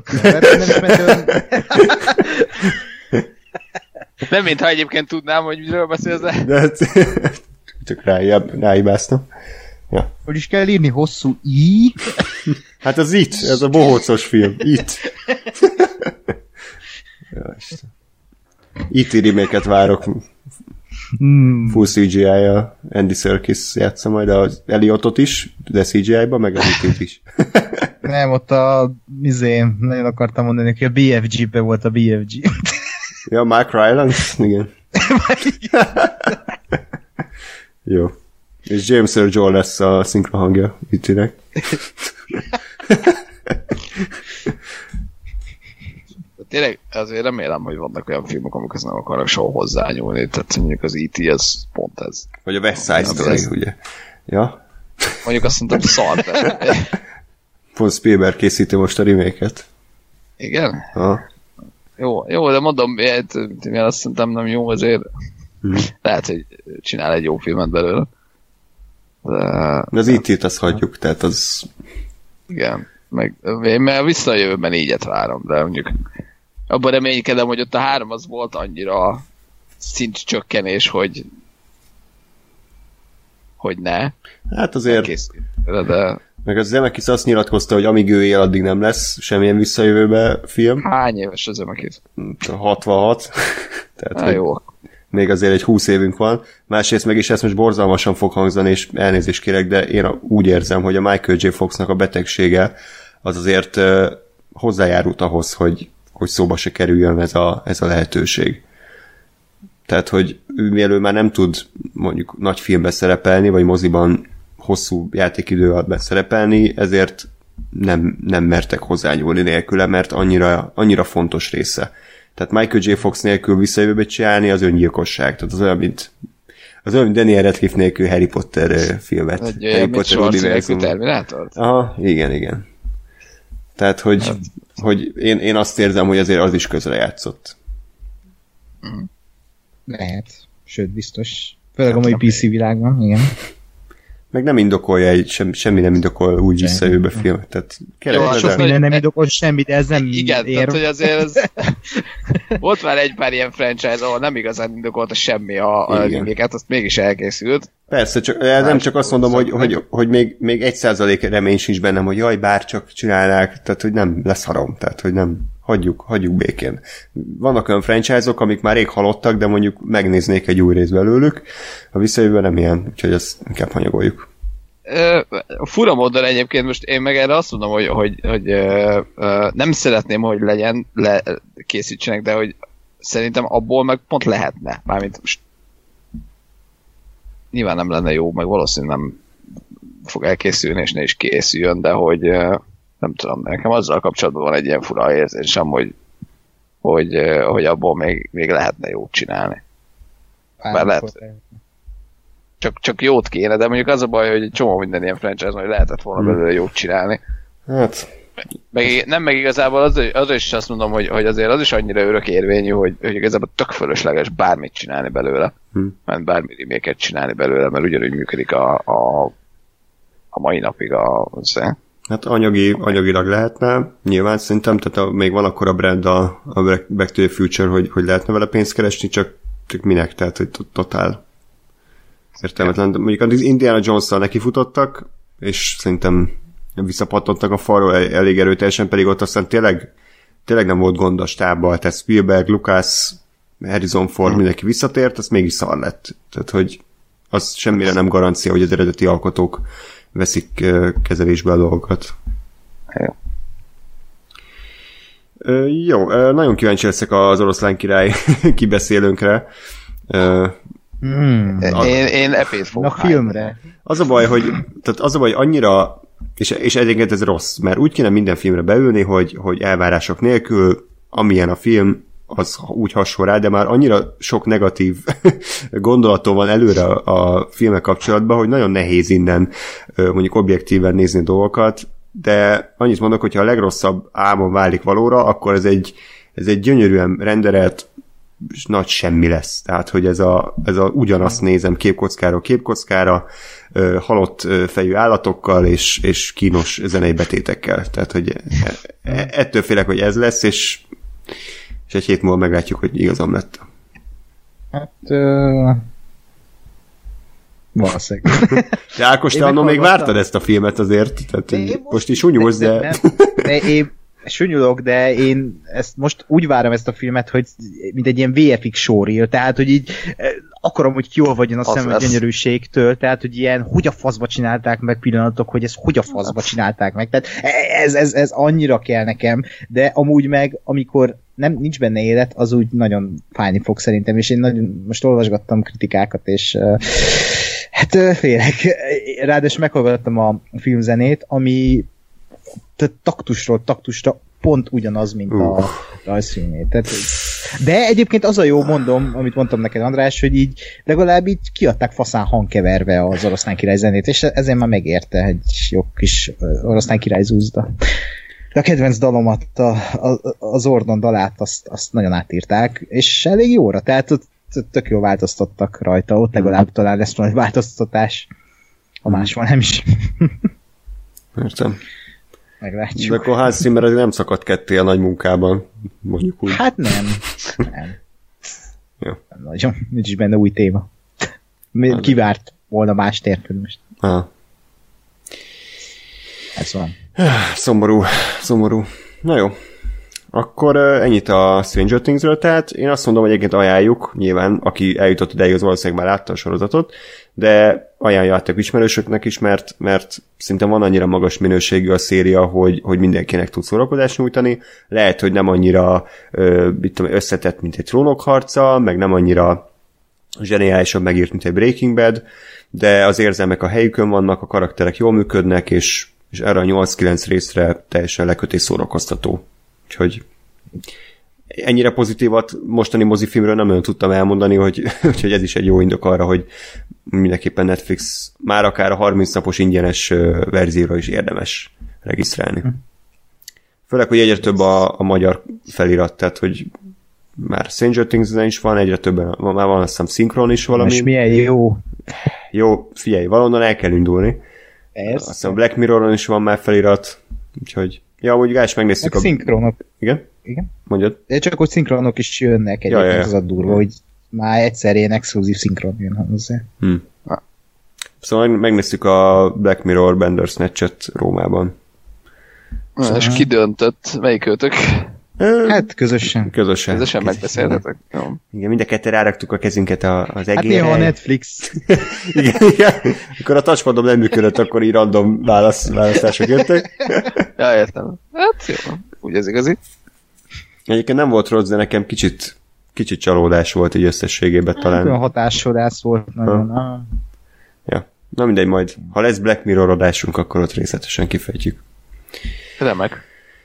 Nem, mintha egyébként tudnám, hogy miről beszélsz, de... Csak ráibáztam. Ja. Hogy is kell írni hosszú i? Hát az itt, ez a bohócos film. Itt. Ja, Isten. Itt remake-et várok. Full CGI-ja Andy Serkis játsza majd az Elliotot is, de CGI-ba, meg az itt is. Nem, ott nagyon akartam mondani, hogy a BFG-be volt a BFG. Ja, Mark Rylance? Igen. Jó. És James Earl Joel lesz a szinkron hangja Ittinek. Tényleg azért remélem, hogy vannak olyan filmek, amikhez nem akarok soha hozzányúlni, tehát mondjuk az E.T. az pont ez. Vagy a West Side Story, ugye? Ja? Mondjuk azt mondtam szar, de... Pont Spielberg készíti most a remake-et. Igen? Ha. Jó, de mondom, mivel azt szerintem nem jó, azért lehet, hogy csinál egy jó filmet belőle. De az E.T.-t azt hagyjuk, tehát az... Igen, mert vissza a jövőben ígyet várom, de mondjuk abban reménykedem, hogy ott a 3 az volt annyira szintcsökkenés, hogy ne. Hát azért... De... Meg az Zemeckis azt nyilatkozta, hogy amíg ő él, addig nem lesz semmilyen visszajövőbe film. Hány éves az Zemeckis? 66. Tehát jó. Még azért egy 20 évünk van. Másrészt meg is ezt most borzalmasan fog hangzani, és elnézést kérek, de én úgy érzem, hogy a Michael J. Foxnak a betegsége az azért hozzájárult ahhoz, hogy szóba se kerüljön ez a lehetőség. Tehát, hogy mielőtt már nem tud mondjuk nagy filmbe szerepelni, vagy moziban hosszú játékidő alatt beszerepelni, ezért nem mertek hozzányúlni nélküle, mert annyira fontos része. Tehát Michael J. Fox nélkül visszajövőbe csinálni az öngyilkosság. Tehát az olyan, mint Daniel Radcliffe nélkül Harry Potter filmet. Harry Potter univerzum. Terminátort? Aha, igen. Tehát, hogy én azt érzem, hogy azért az is közre játszott. Lehet. Sőt, biztos. Főleg a mai PC világban, igen. Meg nem indokolja, semmi nem indokol úgy visszajövőbe filmet. Tehát sok minden nem indokol semmi, de ez nem igen, tehát hogy azért ez... Volt már egy pár ilyen franchise, ahol nem igazán indokolta semmi a linkeket, azt mégis elkészült. Persze, nem csak azt mondom, hogy még 1% remény sincs bennem, hogy jaj, bár csak csinálnák, tehát hogy nem lesz harom, tehát hogy nem, hagyjuk békén. Vannak olyan franchise-ok, amik már rég halottak, de mondjuk megnéznék egy új rész belőlük, a visszajövőben nem ilyen, úgyhogy ezt inkább hanyagoljuk. Fura módon egyébként most én meg erre azt mondom, hogy nem szeretném, hogy készítsenek, de hogy szerintem abból meg pont lehetne. Mármint most nyilván nem lenne jó, meg valószínűleg nem fog elkészülni, és ne is készüljön, de hogy nem tudom, nekem azzal kapcsolatban van egy ilyen fura érzésem, hogy abból még lehetne jót csinálni. Bár lehet, csak jót kéne, de mondjuk az a baj, hogy egy csomó minden ilyen franchise, hogy lehetett volna belőle jót csinálni. Hát... Meg igazából az is azt mondom, hogy azért az is annyira örökérvényű, hogy igazából tök fölösleges bármit csinálni belőle. Mert bármi remake-et csinálni belőle, mert ugyanúgy működik a mai napig Hát anyagilag lehetne, nyilván szerintem, tehát még van akkor a brand a Back to the Future, hogy lehetne vele pénzt keresni, csak minek, tehát hogy totál értelmetlen. Mondjuk az Indiana Jones-szal nekifutottak, és szerintem visszapattottak a falról elég erőteljesen, pedig ott aztán tényleg nem volt gond a stábbal, tehát Spielberg, Lucas, Harrison Ford, mindenki visszatért, az mégis szar lett. Tehát, hogy az semmire nem garancia, hogy az eredeti alkotók veszik kezelésbe a dolgokat. Jó, nagyon kíváncsi leszek az Oroszlán király kibeszélőnkre. Én epét fogok. A filmre. Az a baj, hogy annyira, és egyébként ez rossz, mert úgy kéne minden filmre beülni, hogy elvárások nélkül, amilyen a film, az úgy hason rá, de már annyira sok negatív gondolatom van előre a filmek kapcsolatban, hogy nagyon nehéz innen mondjuk objektíven nézni dolgokat, de annyit mondok, hogyha a legrosszabb álmom válik valóra, akkor ez egy gyönyörűen renderelt nagy semmi lesz. Tehát, hogy ez a ugyanazt nézem képkockáról képkockára, halott fejű állatokkal és kínos zenei betétekkel. Tehát, hogy ettől félek, hogy ez lesz, és egy hét múlva meglátjuk, hogy igazam lett. Hát... valószínűleg. De Ákos, te annól még vártad ezt a filmet azért? Tehát most is unyúlsz, de... Én sunyulok, de én ezt most úgy várom ezt a filmet, hogy mint egy ilyen VFX showreel, tehát, hogy így akarom, hogy kiolvadjon a szemem a gyönyörűségtől, tehát, hogy ilyen, hogy a faszba csinálták meg pillanatok, hogy ez hogy a faszba csinálták meg, tehát ez annyira kell nekem, de amúgy meg, amikor nincs benne élet, az úgy nagyon fájni fog szerintem, és én most olvasgattam kritikákat, és hát félek. Ráadásul meghallgattam a filmzenét, ami taktusról taktusra pont ugyanaz, mint a rajzfilmét. Tehát, de egyébként az a jó, mondom, amit mondtam neked, András, hogy így legalább így kiadták faszán hangkeverve az Oroszlán király zenét, és ezért már megérte egy jó kis Oroszlán király zúzda. De a kedvenc dalomat, az Ordon dalát, azt nagyon átírták, és elég jóra, tehát ott tök jól változtattak rajta, ott legalább talán lesz valami változtatás, ha más van, nem is. Értem. Meglátjuk. De akkor Hans Zimmer azért nem szakadt ketté a nagy munkában, mondjuk úgy. Hát nem. Jó. Nem nagyon, nincs is benne új téma. Kivárt volna más térkül most. Ez van. Szomorú. Na jó. Akkor ennyit a Stranger Things-ről, tehát én azt mondom, hogy egyébként ajánljuk, nyilván, aki eljutott ideig, az valószínűleg már látta a sorozatot, de ajánljátok ismerősöknek is, mert szerintem van annyira magas minőségű a széria, hogy mindenkinek tud szórakozást nyújtani. Lehet, hogy nem annyira összetett, mint egy Trónok harca, meg nem annyira zseniálisan megírt, mint egy Breaking Bad, de az érzelmek a helyükön vannak, a karakterek jól működnek, és erre a 8-9 részre teljesen leköt és szórakoztató. Úgyhogy ennyire pozitívat mostani mozifilmről nem nagyon tudtam elmondani, hogy ez is egy jó indok arra, hogy mindenképpen Netflix már akár a 30 napos ingyenes verzióra is érdemes regisztrálni. Főleg, hogy egyre több a magyar felirat, tehát hogy már Stranger Things-en is van, egyre többen, már van azt hiszem szinkron is valami. És milyen jó. Jó, figyelj, valahonnan el kell indulni. Azt hiszem Black Mirroron is van már felirat, úgyhogy ja, úgy Gás, megnéztük a... Szinkronok. Igen? Mondjad. De csak hogy szinkronok is jönnek egyébként, az a durva, hogy már egyszer ilyen exkluzív szinkron jön hozzá. Szóval megnéztük a Black Mirror Bandersnatch-et Rómában. És ki döntött? Melyik őtök? Hát közösen. Közösen megbeszéltetek. Igen, mind a ketten ráraktuk a kezünket az egérre. Hát néha a Netflix. igen. Akkor a touchpadom nem működött, akkor így random választások jöttek. Ja, értem. Hát jó, úgy ez igazi. Egyébként nem volt rossz, de nekem kicsit csalódás volt így összességében talán. Olyan hatássodász volt nagyon. Ja. Na mindegy, majd. Ha lesz Black Mirror adásunk, akkor ott részletesen kifejtjük. Remek.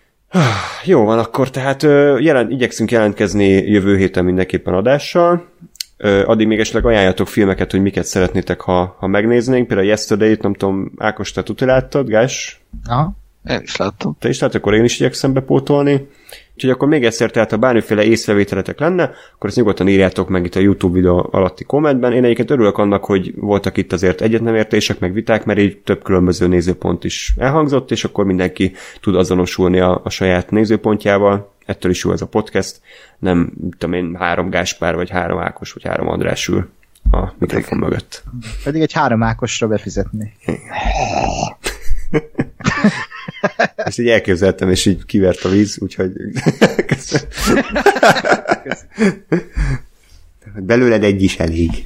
Jó van, akkor tehát igyekszünk jelentkezni jövő héten mindenképpen adással. Addig még esetleg ajánljatok filmeket, hogy miket szeretnétek, ha megnéznénk. Például Yesterday-t, nem tudom, Ákos, te láttad, Gás? Aha. Én is láttam. Te is láttad, akkor én is igyekszem bepótolni. Úgyhogy akkor még egyszer, tehát ha bármiféle észrevételetek lenne, akkor ezt nyugodtan írjátok meg itt a YouTube videó alatti kommentben. Én egyébként örülök annak, hogy voltak itt azért egyetnemértések, meg viták, mert így több különböző nézőpont is elhangzott, és akkor mindenki tud azonosulni a saját nézőpontjával. Ettől is jó ez a podcast. Nem, tudom én, 3 Gáspár, vagy 3 Ákos, vagy 3 András ül a mikrofon mögött. Pedig egy 3 Ákosra befizetni. Ezt így elképzeltem, és így kivert a víz, úgyhogy belőled egy is elég.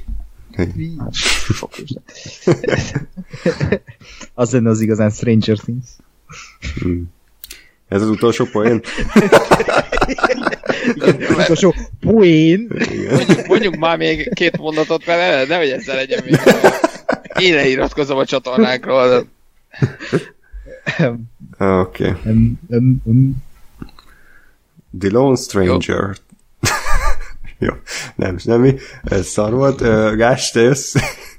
Az lenne az igazán Stranger Things. Ez az utolsó poén? Az utolsó poén? Mondjuk már még 2 mondatot vele, nehogy ezzel legyen még. Én leiratkozom a csatornánkról. Oké. The Lone Stranger. Jó. Nem semmi. Ez szar volt. Gás, te jössz?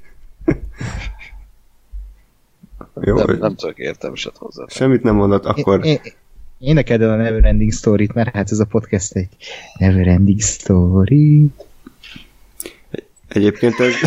Jó, nem tudok értelmeset hozzá. Semmit nem mondott, akkor... Énekeld el a Neverending Story-t, mert hát ez a podcast egy Neverending Story. Egyébként ez...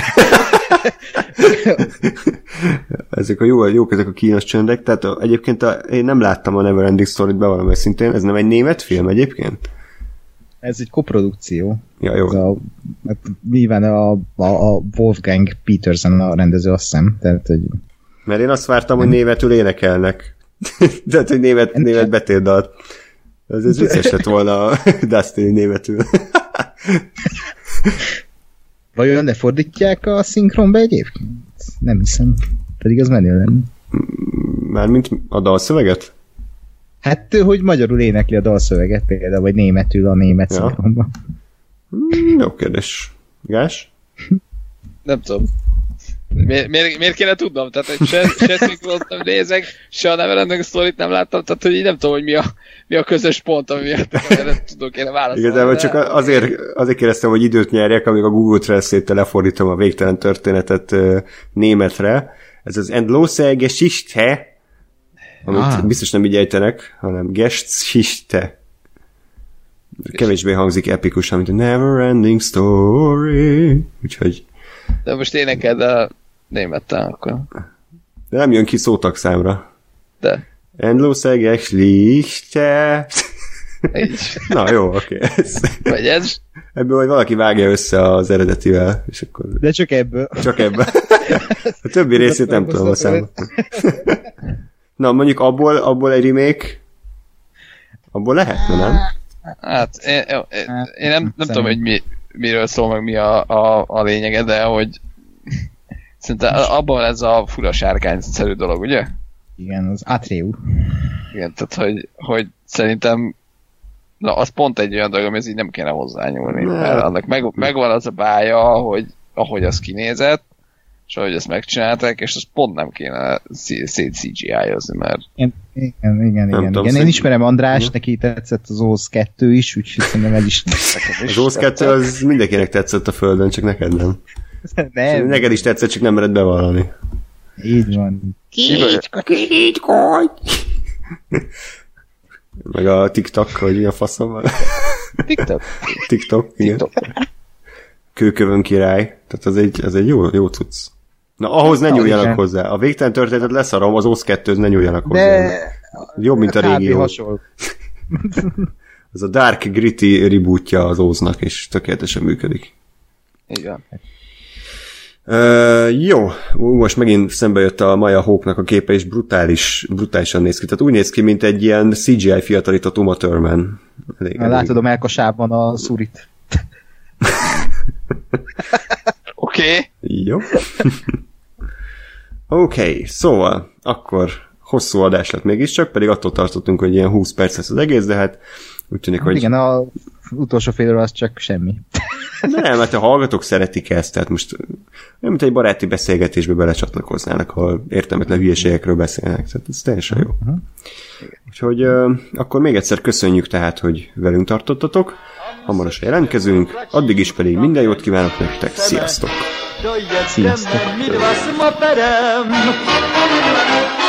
ezek a jók ezek a kínos csöndek, tehát egyébként én nem láttam a Neverending Story-t, bevallom őszintén, ez nem egy német film egyébként? Ez egy koprodukció. Ja, jó. Nyilván a Wolfgang Petersen a rendező, azt hiszem. Tehát, hogy... Mert én azt vártam, hogy németül énekelnek. Tehát, hogy német betétdalt. Ez vicces lett volna a Dustin németül. Vajon lefordítják a szinkronba egyébként? Nem hiszem. Pedig az menő lenne. Mármint a dalszöveget? Hát, hogy magyarul énekli a dalszöveget például, vagy németül a német szinkronban. Jó kérdés. Gás? Nem tudom. Miért kéne tudnom? Tehát, hogy se szinkront nem nézek, se a Neverending Story-t nem láttam, tehát, hogy így nem tudom, hogy mi a közös pont, ami miatt erre tudok én válaszolni. Igazából csak azért kérdeztem, hogy időt nyerjek, amíg a Google Translate-tel lefordítom a végtelen történetet németre. Ez az Endlose Geschichte, amit biztos nem így ejtenek, hanem Geschichte. Kevésbé hangzik epikusan, mint a Neverending Story. Úgyhogy... De most énekeld a némettel akkor. De nem jön ki szótagszámra. De. Endlose Geschichte. Így. Na jó, oké. Vagy ez? Ebből majd valaki vágja össze az eredetivel, és akkor... De csak ebből. Csak ebből. A többi részét nem tudom a számot. Na, mondjuk abból egy remake, abból lehetne, nem? Hát, én nem tudom, hogy miről szól, meg mi a lényege, de hogy szerintem abban ez a fura sárkányszerű dolog, ugye? Igen, az Atreu. Igen, tehát hogy szerintem na, az pont egy olyan dolog, amihez így nem kéne hozzányúlni, mert annak megvan az a bája, hogy ahogy az kinézett, és ahogy ezt megcsinálták, és az pont nem kéne szét CGI-ozni, mert... Igen. Én ismerem András, neki tetszett az Oz 2 is, úgyhogy szerintem el is... Az Oz 2 az mindenkinek tetszett a földön, csak neked nem. Nem. Neked is tetszett, csak nem mered bevallani. Így van. Kígykodj! Meg a TikTok, hogy mi a faszom van. TikTok, igen. Kőkövön király. Tehát az egy jó cucc. Na, ahhoz ne nyúljanak hozzá. A végtelen történetet leszarom, az Oz 2-höz ne nyúljanak hozzá. De... Jobb, mint a régi Oz. Az a Dark Gritty rebootja az Oznak, és tökéletesen működik. Igen. Jó, most megint szembe jött a Maya Hawke-nak a képe, és brutálisan néz ki. Tehát úgy néz ki, mint egy ilyen CGI fiatalított Uma Thurman. Látod a melkasában a szurit. Oké. Jó. Oké, szóval akkor hosszú adás lett mégiscsak, pedig attól tartottunk, hogy ilyen 20 perc lesz az egész, de hát úgy tűnik, hogy... Igen, az utolsó fél óra az csak semmi. De nem, hát a hallgatók szeretik ezt, tehát most nem, mint egy baráti beszélgetésbe belecsatlakoznának, ahol értelmetlen hülyeségekről beszélnek, tehát ez teljesen jó. Úgyhogy akkor még egyszer köszönjük tehát, hogy velünk tartottatok, hamarosan jelentkezünk, addig is pedig minden jót kívánok nektek, sziasztok! Sziasztok!